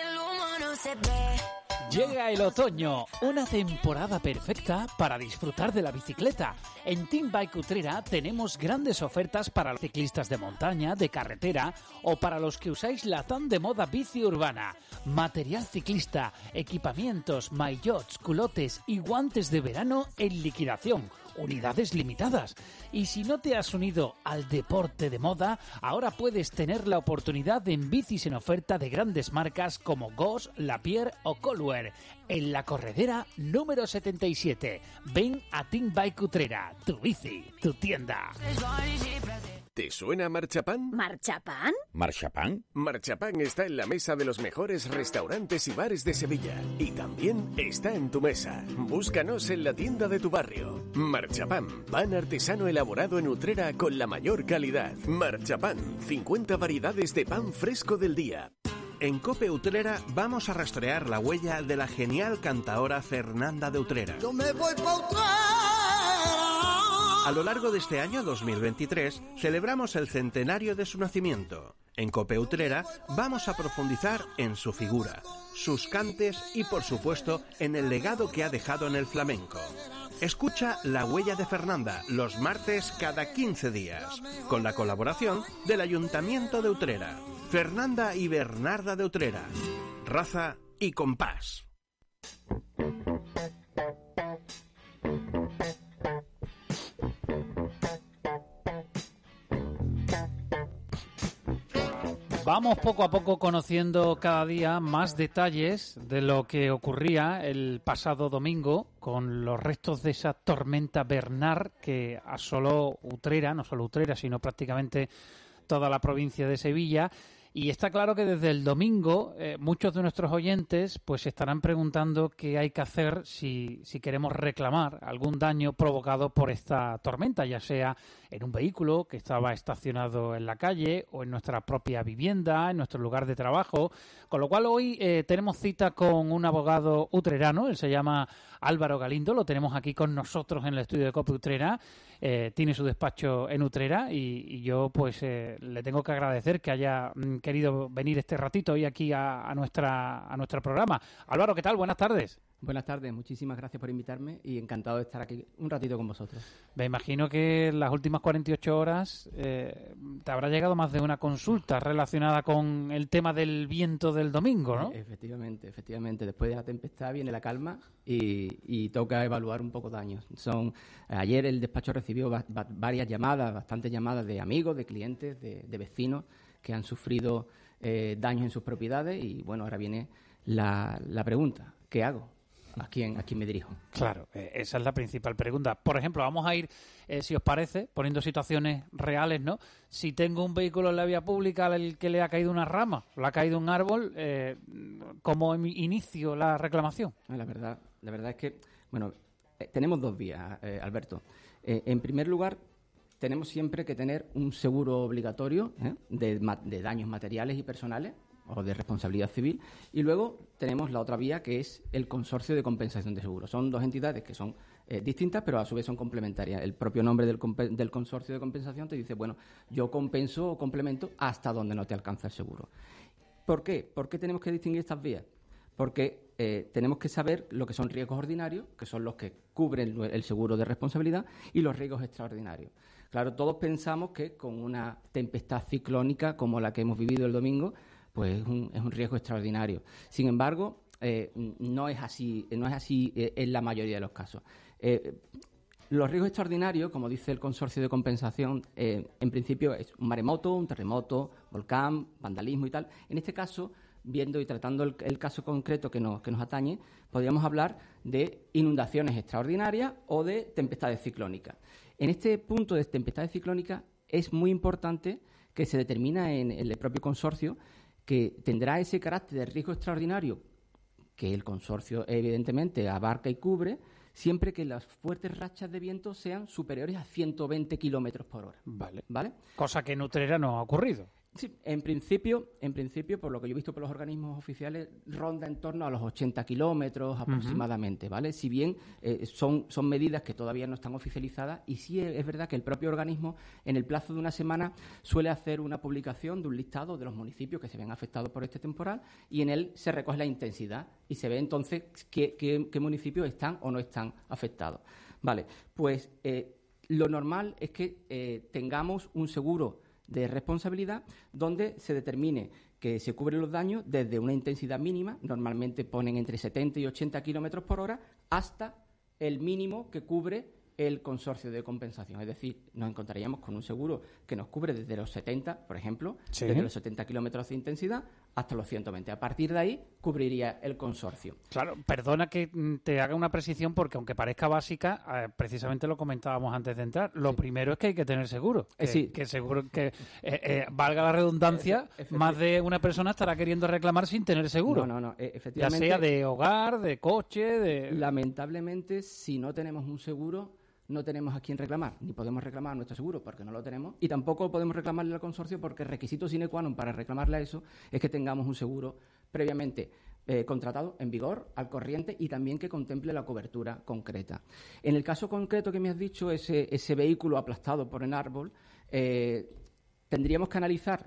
Llega el otoño, una temporada perfecta para disfrutar de la bicicleta. En Team Bike Utrera tenemos grandes ofertas para los ciclistas de montaña, de carretera o para los que usáis la tan de moda bici urbana. Material ciclista, equipamientos, maillots, culotes y guantes de verano en liquidación. Unidades limitadas. Y si no te has unido al deporte de moda, ahora puedes tener la oportunidad en bicis en oferta de grandes marcas como Goss, Lapierre o Colwear. En la corredera número 77. Ven a Team Bike Utrera, tu bici, tu tienda. ¿Te suena Marchapán? ¿Marchapán? ¿Marchapán? Marchapán está en la mesa de los mejores restaurantes y bares de Sevilla. Y también está en tu mesa. Búscanos en la tienda de tu barrio. Marchapán, pan artesano elaborado en Utrera con la mayor calidad. Marchapán, 50 variedades de pan fresco del día. En COPE Utrera vamos a rastrear la huella de la genial cantaora Fernanda de Utrera. Yo me voy pa' Utrera. A lo largo de este año 2023 celebramos el centenario de su nacimiento. En COPE Utrera vamos a profundizar en su figura, sus cantes y, por supuesto, en el legado que ha dejado en el flamenco. Escucha La Huella de Fernanda los martes cada 15 días, con la colaboración del Ayuntamiento de Utrera. Fernanda y Bernarda de Utrera. Raza y compás. Vamos poco a poco conociendo cada día más detalles de lo que ocurría el pasado domingo con los restos de esa tormenta Bernard que asoló Utrera, no solo Utrera, sino prácticamente toda la provincia de Sevilla. Y está claro que desde el domingo muchos de nuestros oyentes pues se estarán preguntando qué hay que hacer si queremos reclamar algún daño provocado por esta tormenta, ya sea en un vehículo que estaba estacionado en la calle o en nuestra propia vivienda, en nuestro lugar de trabajo. Con lo cual hoy tenemos cita con un abogado utrerano, él se llama Álvaro Galindo, lo tenemos aquí con nosotros en el estudio de COPE Utrera. Tiene su despacho en Utrera y yo pues le tengo que agradecer que haya querido venir este ratito hoy aquí a nuestro programa. Álvaro, ¿qué tal? Buenas tardes. Buenas tardes, muchísimas gracias por invitarme y encantado de estar aquí un ratito con vosotros. Me imagino que en las últimas 48 horas te habrá llegado más de una consulta relacionada con el tema del viento del domingo, ¿no? Efectivamente. Después de la tempestad viene la calma y toca evaluar un poco daños. Ayer el despacho recibió bastantes llamadas de amigos, de clientes, de vecinos que han sufrido daños en sus propiedades y bueno, ahora viene la pregunta, ¿qué hago? ¿A quién me dirijo? Claro, esa es la principal pregunta. Por ejemplo, vamos a ir, si os parece, poniendo situaciones reales, ¿no? Si tengo un vehículo en la vía pública al que le ha caído una rama, le ha caído un árbol, ¿cómo inicio la reclamación? La verdad es que, bueno, tenemos dos vías, Alberto. En primer lugar, tenemos siempre que tener un seguro obligatorio de daños materiales y personales, o de responsabilidad civil, y luego tenemos la otra vía que es el Consorcio de Compensación de Seguros. Son dos entidades que son distintas, pero a su vez son complementarias. El propio nombre del Consorcio de Compensación te dice, bueno, yo compenso o complemento hasta donde no te alcanza el seguro. ¿Por qué? ¿Por qué tenemos que distinguir estas vías? Porque tenemos que saber lo que son riesgos ordinarios, que son los que cubren el seguro de responsabilidad, y los riesgos extraordinarios. Claro, todos pensamos que con una tempestad ciclónica como la que hemos vivido el domingo, pues es un riesgo extraordinario. Sin embargo, no es así en la mayoría de los casos. Los riesgos extraordinarios, como dice el consorcio de compensación, en principio es un maremoto, un terremoto, volcán, vandalismo y tal. En este caso, viendo y tratando el caso concreto que nos atañe, podríamos hablar de inundaciones extraordinarias o de tempestades ciclónicas. En este punto de tempestades ciclónicas es muy importante que se determina en el propio consorcio que tendrá ese carácter de riesgo extraordinario que el consorcio evidentemente abarca y cubre, siempre que las fuertes rachas de viento sean superiores a 120 kilómetros por hora. ¿Vale? Cosa que en Utrera no ha ocurrido. Sí, en principio, por lo que yo he visto por los organismos oficiales, ronda en torno a los 80 kilómetros aproximadamente, ¿vale? Si bien son medidas que todavía no están oficializadas, y sí es verdad que el propio organismo, en el plazo de una semana, suele hacer una publicación de un listado de los municipios que se ven afectados por este temporal, y en él se recoge la intensidad y se ve entonces qué municipios están o no están afectados. Vale, pues lo normal es que tengamos un seguro de responsabilidad donde se determine que se cubren los daños desde una intensidad mínima, normalmente ponen entre 70 y 80 kilómetros por hora, hasta el mínimo que cubre el consorcio de compensación. Es decir, nos encontraríamos con un seguro que nos cubre desde los 70, por ejemplo, desde los 70 kilómetros de intensidad hasta los 120. A partir de ahí, cubriría el consorcio. Claro, perdona que te haga una precisión porque aunque parezca básica, precisamente lo comentábamos antes de entrar, lo primero es que hay que tener seguro. Que seguro que, valga la redundancia, más de una persona estará queriendo reclamar sin tener seguro. No, efectivamente. Ya sea de hogar, de coche, Lamentablemente, si no tenemos un seguro, no tenemos a quién reclamar, ni podemos reclamar nuestro seguro porque no lo tenemos, y tampoco podemos reclamarle al consorcio porque el requisito sine qua non para reclamarle a eso es que tengamos un seguro previamente contratado, en vigor, al corriente, y también que contemple la cobertura concreta. En el caso concreto que me has dicho, ese vehículo aplastado por un árbol, tendríamos que analizar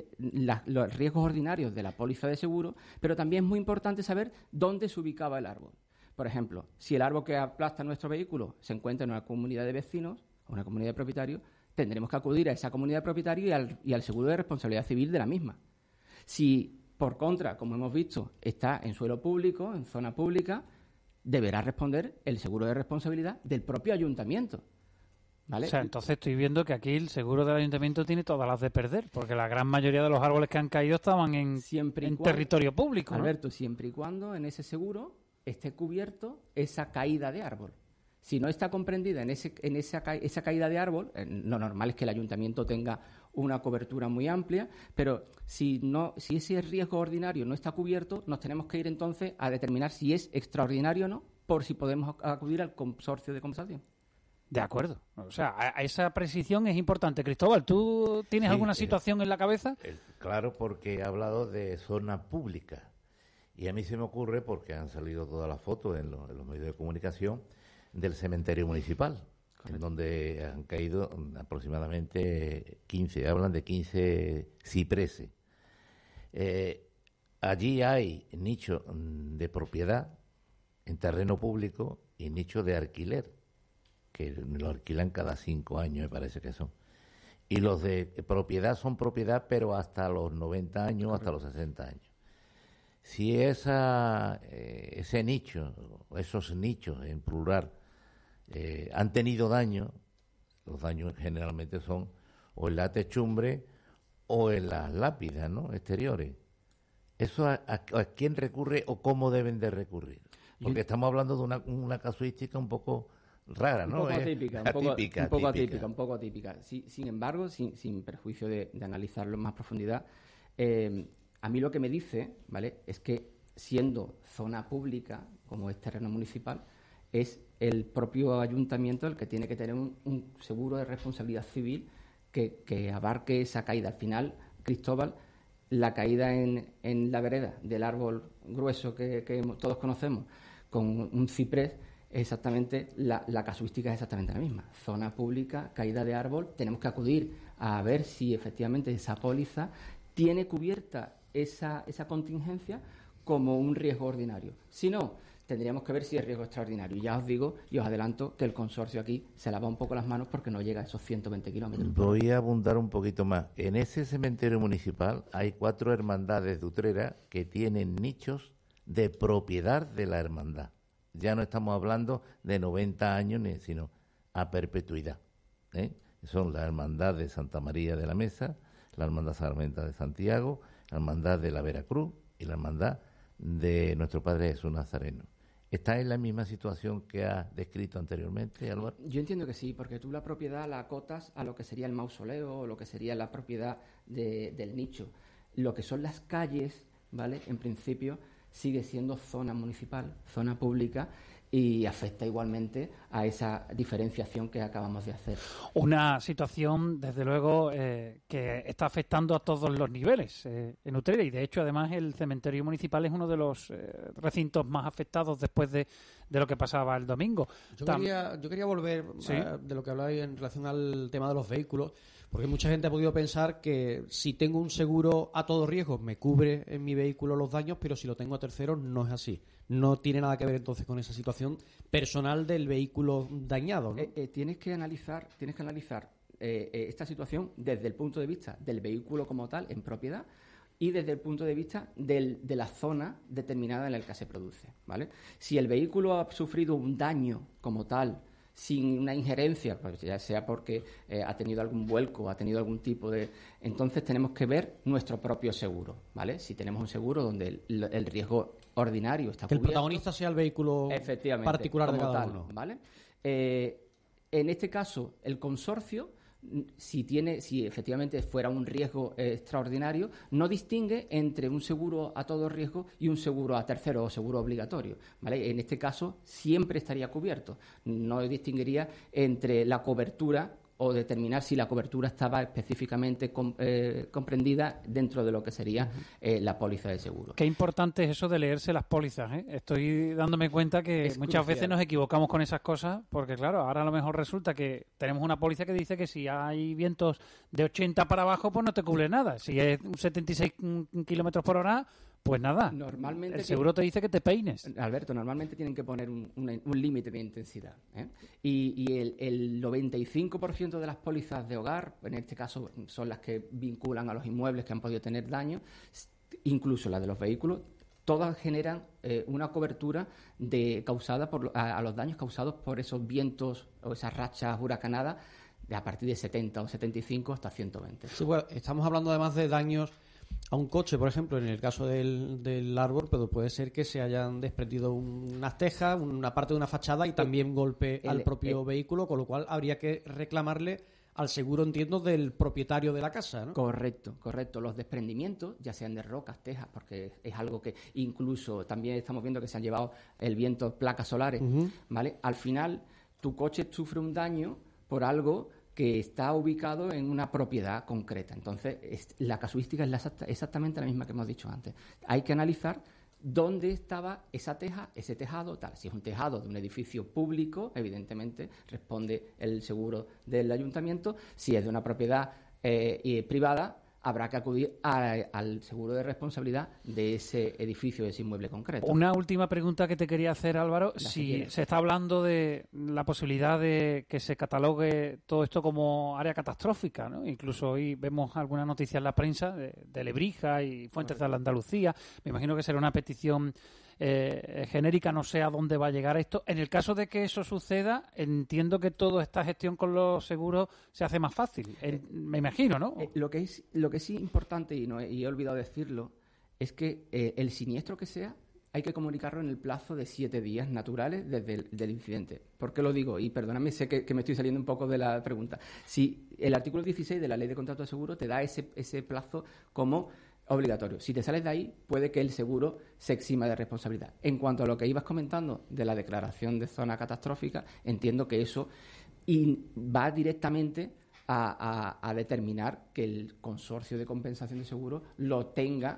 los riesgos ordinarios de la póliza de seguro, pero también es muy importante saber dónde se ubicaba el árbol. Por ejemplo, si el árbol que aplasta nuestro vehículo se encuentra en una comunidad de vecinos o una comunidad de propietarios, tendremos que acudir a esa comunidad de propietarios y al seguro de responsabilidad civil de la misma. Si, por contra, como hemos visto, está en suelo público, en zona pública, deberá responder el seguro de responsabilidad del propio ayuntamiento. ¿Vale? O sea, entonces estoy viendo que aquí el seguro del ayuntamiento tiene todas las de perder, porque la gran mayoría de los árboles que han caído estaban en territorio público, ¿no? Alberto, siempre y cuando en ese seguro esté cubierto esa caída de árbol. Si no está comprendida en esa caída de árbol, lo normal es que el ayuntamiento tenga una cobertura muy amplia, pero si ese riesgo ordinario no está cubierto, nos tenemos que ir entonces a determinar si es extraordinario o no, por si podemos acudir al consorcio de compensación. De acuerdo. O sea, a esa precisión es importante. Cristóbal, ¿tú tienes alguna situación en la cabeza? Claro, porque he hablado de zona pública. Y a mí se me ocurre, porque han salido todas las fotos en los medios de comunicación, del cementerio municipal, en donde han caído aproximadamente 15, hablan de 15 cipreses. Allí hay nichos de propiedad en terreno público y nichos de alquiler, que lo alquilan cada 5 años, me parece que son. Y los de propiedad son propiedad, pero hasta los 90 años, hasta los 60 años. Si ese nicho, esos nichos en plural, han tenido daño, los daños generalmente son o en la techumbre o en las lápidas, ¿no?, exteriores. ¿Eso a quién recurre o cómo deben de recurrir? Porque estamos hablando de una casuística un poco rara, ¿no? Un poco atípica. Sin embargo, sin perjuicio de analizarlo en más profundidad, a mí lo que me dice, ¿vale?, es que siendo zona pública, como es terreno municipal, es el propio ayuntamiento el que tiene que tener un seguro de responsabilidad civil que abarque esa caída. Al final, Cristóbal, la caída en la vereda del árbol grueso que todos conocemos, con un ciprés, exactamente la casuística es exactamente la misma. Zona pública, caída de árbol, tenemos que acudir a ver si efectivamente esa póliza tiene cubierta esa contingencia como un riesgo ordinario. Si no, tendríamos que ver si es riesgo extraordinario. Y ya os digo y os adelanto que el consorcio aquí se lava un poco las manos porque no llega a esos 120 kilómetros. Voy a abundar un poquito más. En ese cementerio municipal hay 4 hermandades de Utrera que tienen nichos de propiedad de la hermandad. Ya no estamos hablando de 90 años, sino a perpetuidad. Son la hermandad de Santa María de la Mesa, la hermandad Sarmenta de Santiago, la hermandad de la Veracruz y la hermandad de nuestro Padre Jesús Nazareno. ¿Está en la misma situación que ha descrito anteriormente, Álvaro? Yo entiendo que sí, porque tú la propiedad la acotas a lo que sería el mausoleo o lo que sería la propiedad del nicho. Lo que son las calles, ¿vale? En principio sigue siendo zona municipal, zona pública, y afecta igualmente a esa diferenciación que acabamos de hacer. Una situación, desde luego, que está afectando a todos los niveles en Utrera, y de hecho, además, el cementerio municipal es uno de los recintos más afectados después de lo que pasaba el domingo. Yo quería volver ¿Sí? De lo que hablabais en relación al tema de los vehículos, porque mucha gente ha podido pensar que si tengo un seguro a todo riesgo me cubre en mi vehículo los daños, pero si lo tengo a terceros no es así. No tiene nada que ver entonces con esa situación personal del vehículo dañado, ¿no? Tienes que analizar esta situación desde el punto de vista del vehículo como tal, en propiedad, y desde el punto de vista de la zona determinada en la que se produce, ¿vale? Si el vehículo ha sufrido un daño como tal, sin una injerencia, pues ya sea porque ha tenido algún vuelco, ha tenido algún tipo de... Entonces tenemos que ver nuestro propio seguro, ¿vale? Si tenemos un seguro donde el riesgo ordinario está que cubierto... el protagonista sea el vehículo particular de cada uno. ¿Vale? En este caso, el consorcio, si efectivamente fuera un riesgo extraordinario, no distingue entre un seguro a todo riesgo y un seguro a tercero o seguro obligatorio, ¿vale? En este caso siempre estaría cubierto. No distinguiría entre la cobertura o determinar si la cobertura estaba específicamente comprendida dentro de lo que sería la póliza de seguro. Qué importante es eso de leerse las pólizas, ¿eh? Estoy dándome cuenta que muchas veces nos equivocamos con esas cosas, porque claro, ahora a lo mejor resulta que tenemos una póliza que dice que si hay vientos de 80 para abajo, pues no te cubre nada. Si es 76 kilómetros por hora, pues nada, normalmente el seguro te dice que te peines. Alberto, normalmente tienen que poner un límite de intensidad, ¿eh? Y el 95% de las pólizas de hogar, en este caso son las que vinculan a los inmuebles que han podido tener daño, incluso las de los vehículos, todas generan una cobertura causada a los daños causados por esos vientos o esas rachas huracanadas a partir de 70 o 75 hasta 120. Sí, bueno, estamos hablando además de daños a un coche, por ejemplo, en el caso del árbol, pero puede ser que se hayan desprendido unas tejas, una parte de una fachada y también golpe al propio vehículo, con lo cual habría que reclamarle al seguro, entiendo, del propietario de la casa, ¿no? Correcto. Los desprendimientos, ya sean de rocas, tejas, porque es algo que incluso también estamos viendo que se han llevado el viento, placas solares, ¿vale? Al final, tu coche sufre un daño por algo que está ubicado en una propiedad concreta. Entonces, la casuística es exactamente la misma que hemos dicho antes. Hay que analizar dónde estaba esa teja, ese tejado, tal. Si es un tejado de un edificio público, evidentemente responde el seguro del ayuntamiento. Si es de una propiedad privada, habrá que acudir al seguro de responsabilidad de ese edificio, de ese inmueble concreto. Una última pregunta que te quería hacer, Álvaro. Si se está hablando de la posibilidad de que se catalogue todo esto como área catastrófica, ¿no? Incluso hoy vemos algunas noticias en la prensa de Lebrija y Fuentes de la Andalucía. Me imagino que será una petición genérica, no sé a dónde va a llegar esto. En el caso de que eso suceda, entiendo que toda esta gestión con los seguros se hace más fácil. Me imagino, ¿no? Lo que es importante, y he olvidado decirlo, es que el siniestro que sea, hay que comunicarlo en el plazo de 7 días naturales desde el incidente. ¿Por qué lo digo? Y perdóname, sé que me estoy saliendo un poco de la pregunta. Si el artículo 16 de la Ley de Contrato de Seguro te da ese plazo como obligatorio. Si te sales de ahí, puede que el seguro se exima de responsabilidad. En cuanto a lo que ibas comentando de la declaración de zona catastrófica, entiendo que eso va directamente a determinar que el consorcio de compensación de seguros lo tenga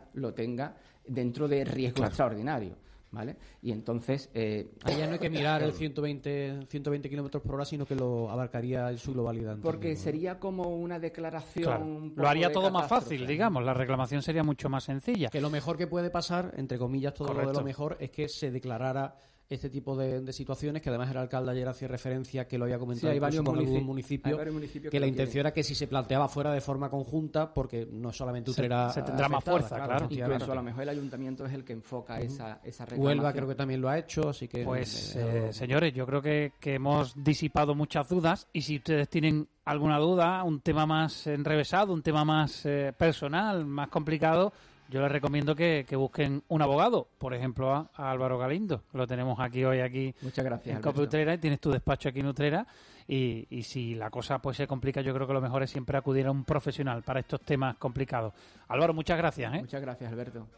dentro de riesgo extraordinario, ¿vale? Y entonces... ahí ya no hay que mirar el 120 kilómetros por hora, sino que lo abarcaría en su globalidad. Porque sería como una declaración... Lo haría todo más fácil, digamos. La reclamación sería mucho más sencilla. Que lo mejor que puede pasar, entre comillas, todo lo de lo mejor, es que se declarara este tipo de situaciones, que además el alcalde ayer hacía referencia, que lo había comentado, sí, hay varios municipios que la intención era que si se planteaba fuera de forma conjunta, porque no solamente Utrera se tendrá más fuerza, claro. Incluso a lo mejor el ayuntamiento es el que enfoca esa reclamación. Huelva creo que también lo ha hecho, así que... Pues, señores, yo creo que hemos disipado muchas dudas, y si ustedes tienen alguna duda, un tema más enrevesado, un tema más personal, más complicado, yo les recomiendo que busquen un abogado, por ejemplo a Álvaro Galindo, lo tenemos hoy Muchas gracias, en COPE Utrera, y tienes tu despacho aquí en Utrera, y si la cosa pues se complica, yo creo que lo mejor es siempre acudir a un profesional para estos temas complicados. Álvaro, muchas gracias. Muchas gracias, Alberto.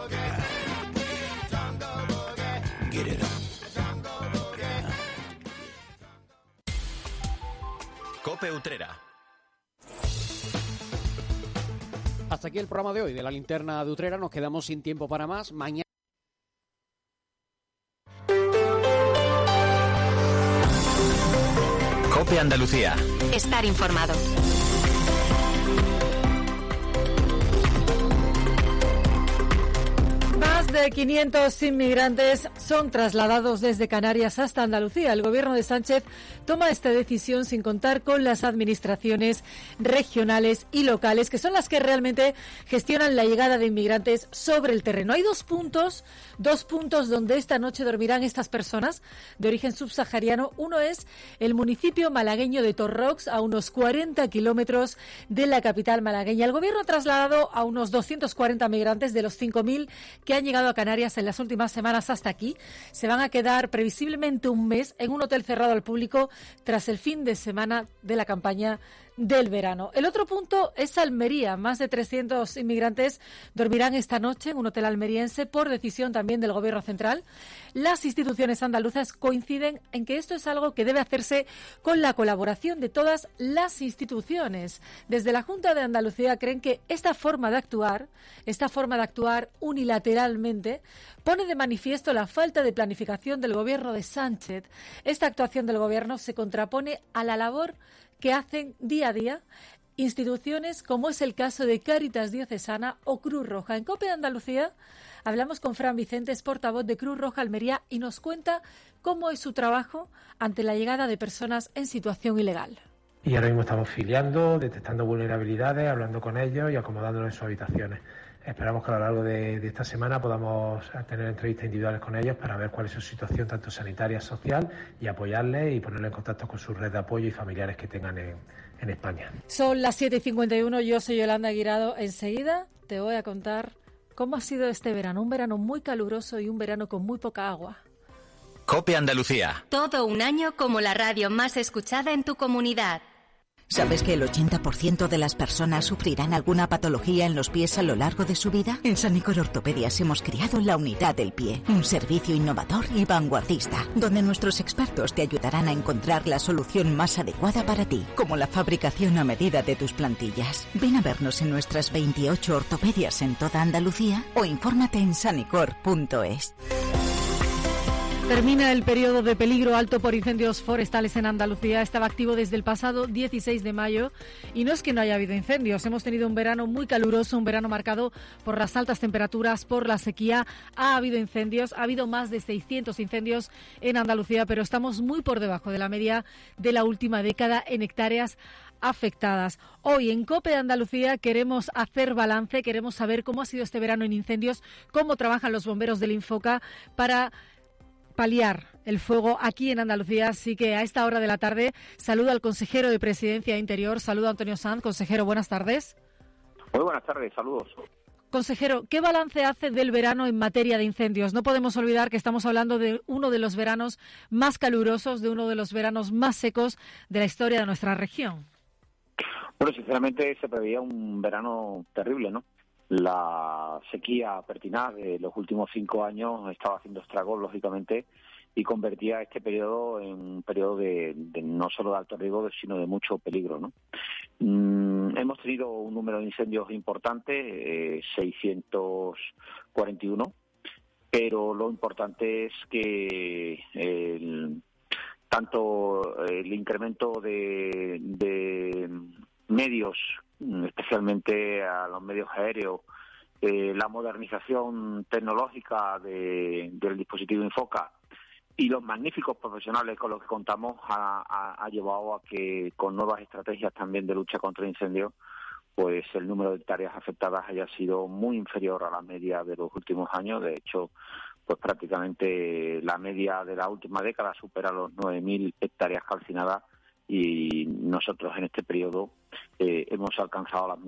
COPE Utrera. Hasta aquí el programa de hoy de la Linterna de Utrera. Nos quedamos sin tiempo para más. Mañana. COPE Andalucía. Estar informado. Más de 500 inmigrantes son trasladados desde Canarias hasta Andalucía. El gobierno de Sánchez toma esta decisión sin contar con las administraciones regionales y locales, que son las que realmente gestionan la llegada de inmigrantes sobre el terreno. Hay dos puntos donde esta noche dormirán estas personas de origen subsahariano. Uno es el municipio malagueño de Torrox, a unos 40 kilómetros de la capital malagueña. El gobierno ha trasladado a unos 240 migrantes de los 5.000 que han llegado a Canarias en las últimas semanas hasta aquí. Se van a quedar previsiblemente un mes en un hotel cerrado al público tras el fin de semana de la campaña del verano. El otro punto es Almería. Más de 300 inmigrantes dormirán esta noche en un hotel almeriense por decisión también del Gobierno central. Las instituciones andaluzas coinciden en que esto es algo que debe hacerse con la colaboración de todas las instituciones. Desde la Junta de Andalucía creen que esta forma de actuar unilateralmente, pone de manifiesto la falta de planificación del Gobierno de Sánchez. Esta actuación del Gobierno se contrapone a la labor que hacen día a día instituciones como es el caso de Cáritas Diocesana o Cruz Roja. En COPE Andalucía hablamos con Fran Vicentes, portavoz de Cruz Roja Almería, y nos cuenta cómo es su trabajo ante la llegada de personas en situación ilegal. Y ahora mismo estamos filiando, detectando vulnerabilidades, hablando con ellos y acomodándolos en sus habitaciones. Esperamos que a lo largo de esta semana podamos tener entrevistas individuales con ellos para ver cuál es su situación tanto sanitaria, social, y apoyarles y ponerles en contacto con su red de apoyo y familiares que tengan en España. Son las 7:51, yo soy Yolanda Guirado. Enseguida te voy a contar cómo ha sido este verano, un verano muy caluroso y un verano con muy poca agua. COPE Andalucía. Todo un año como la radio más escuchada en tu comunidad. ¿Sabes que el 80% de las personas sufrirán alguna patología en los pies a lo largo de su vida? En Sanicor Ortopedias hemos creado la Unidad del Pie, un servicio innovador y vanguardista, donde nuestros expertos te ayudarán a encontrar la solución más adecuada para ti, como la fabricación a medida de tus plantillas. Ven a vernos en nuestras 28 ortopedias en toda Andalucía o infórmate en sanicor.es. Termina el periodo de peligro alto por incendios forestales en Andalucía. Estaba activo desde el pasado 16 de mayo y no es que no haya habido incendios. Hemos tenido un verano muy caluroso, un verano marcado por las altas temperaturas, por la sequía. Ha habido incendios, ha habido más de 600 incendios en Andalucía, pero estamos muy por debajo de la media de la última década en hectáreas afectadas. Hoy en COPE Andalucía queremos hacer balance, queremos saber cómo ha sido este verano en incendios, cómo trabajan los bomberos del Infoca para paliar el fuego aquí en Andalucía. Así que a esta hora de la tarde saludo al consejero de Presidencia e Interior. Saludo a Antonio Sanz. Consejero, buenas tardes. Muy buenas tardes, saludos. Consejero, ¿qué balance hace del verano en materia de incendios? No podemos olvidar que estamos hablando de uno de los veranos más calurosos, de uno de los veranos más secos de la historia de nuestra región. Bueno, sinceramente se preveía un verano terrible, ¿no? La sequía pertinaz de los últimos 5 años estaba haciendo estragos, lógicamente, y convertía este periodo en un periodo de no solo de alto riesgo, sino de mucho peligro, ¿no? Hemos tenido un número de incendios importante, 641, pero lo importante es que tanto el incremento de medios, especialmente a los medios aéreos, la modernización tecnológica del dispositivo Infoca y los magníficos profesionales con los que contamos ha llevado a que con nuevas estrategias también de lucha contra incendios, pues el número de hectáreas afectadas haya sido muy inferior a la media de los últimos años. De hecho, pues prácticamente la media de la última década supera los 9.000 hectáreas calcinadas y nosotros en este periodo hemos alcanzado las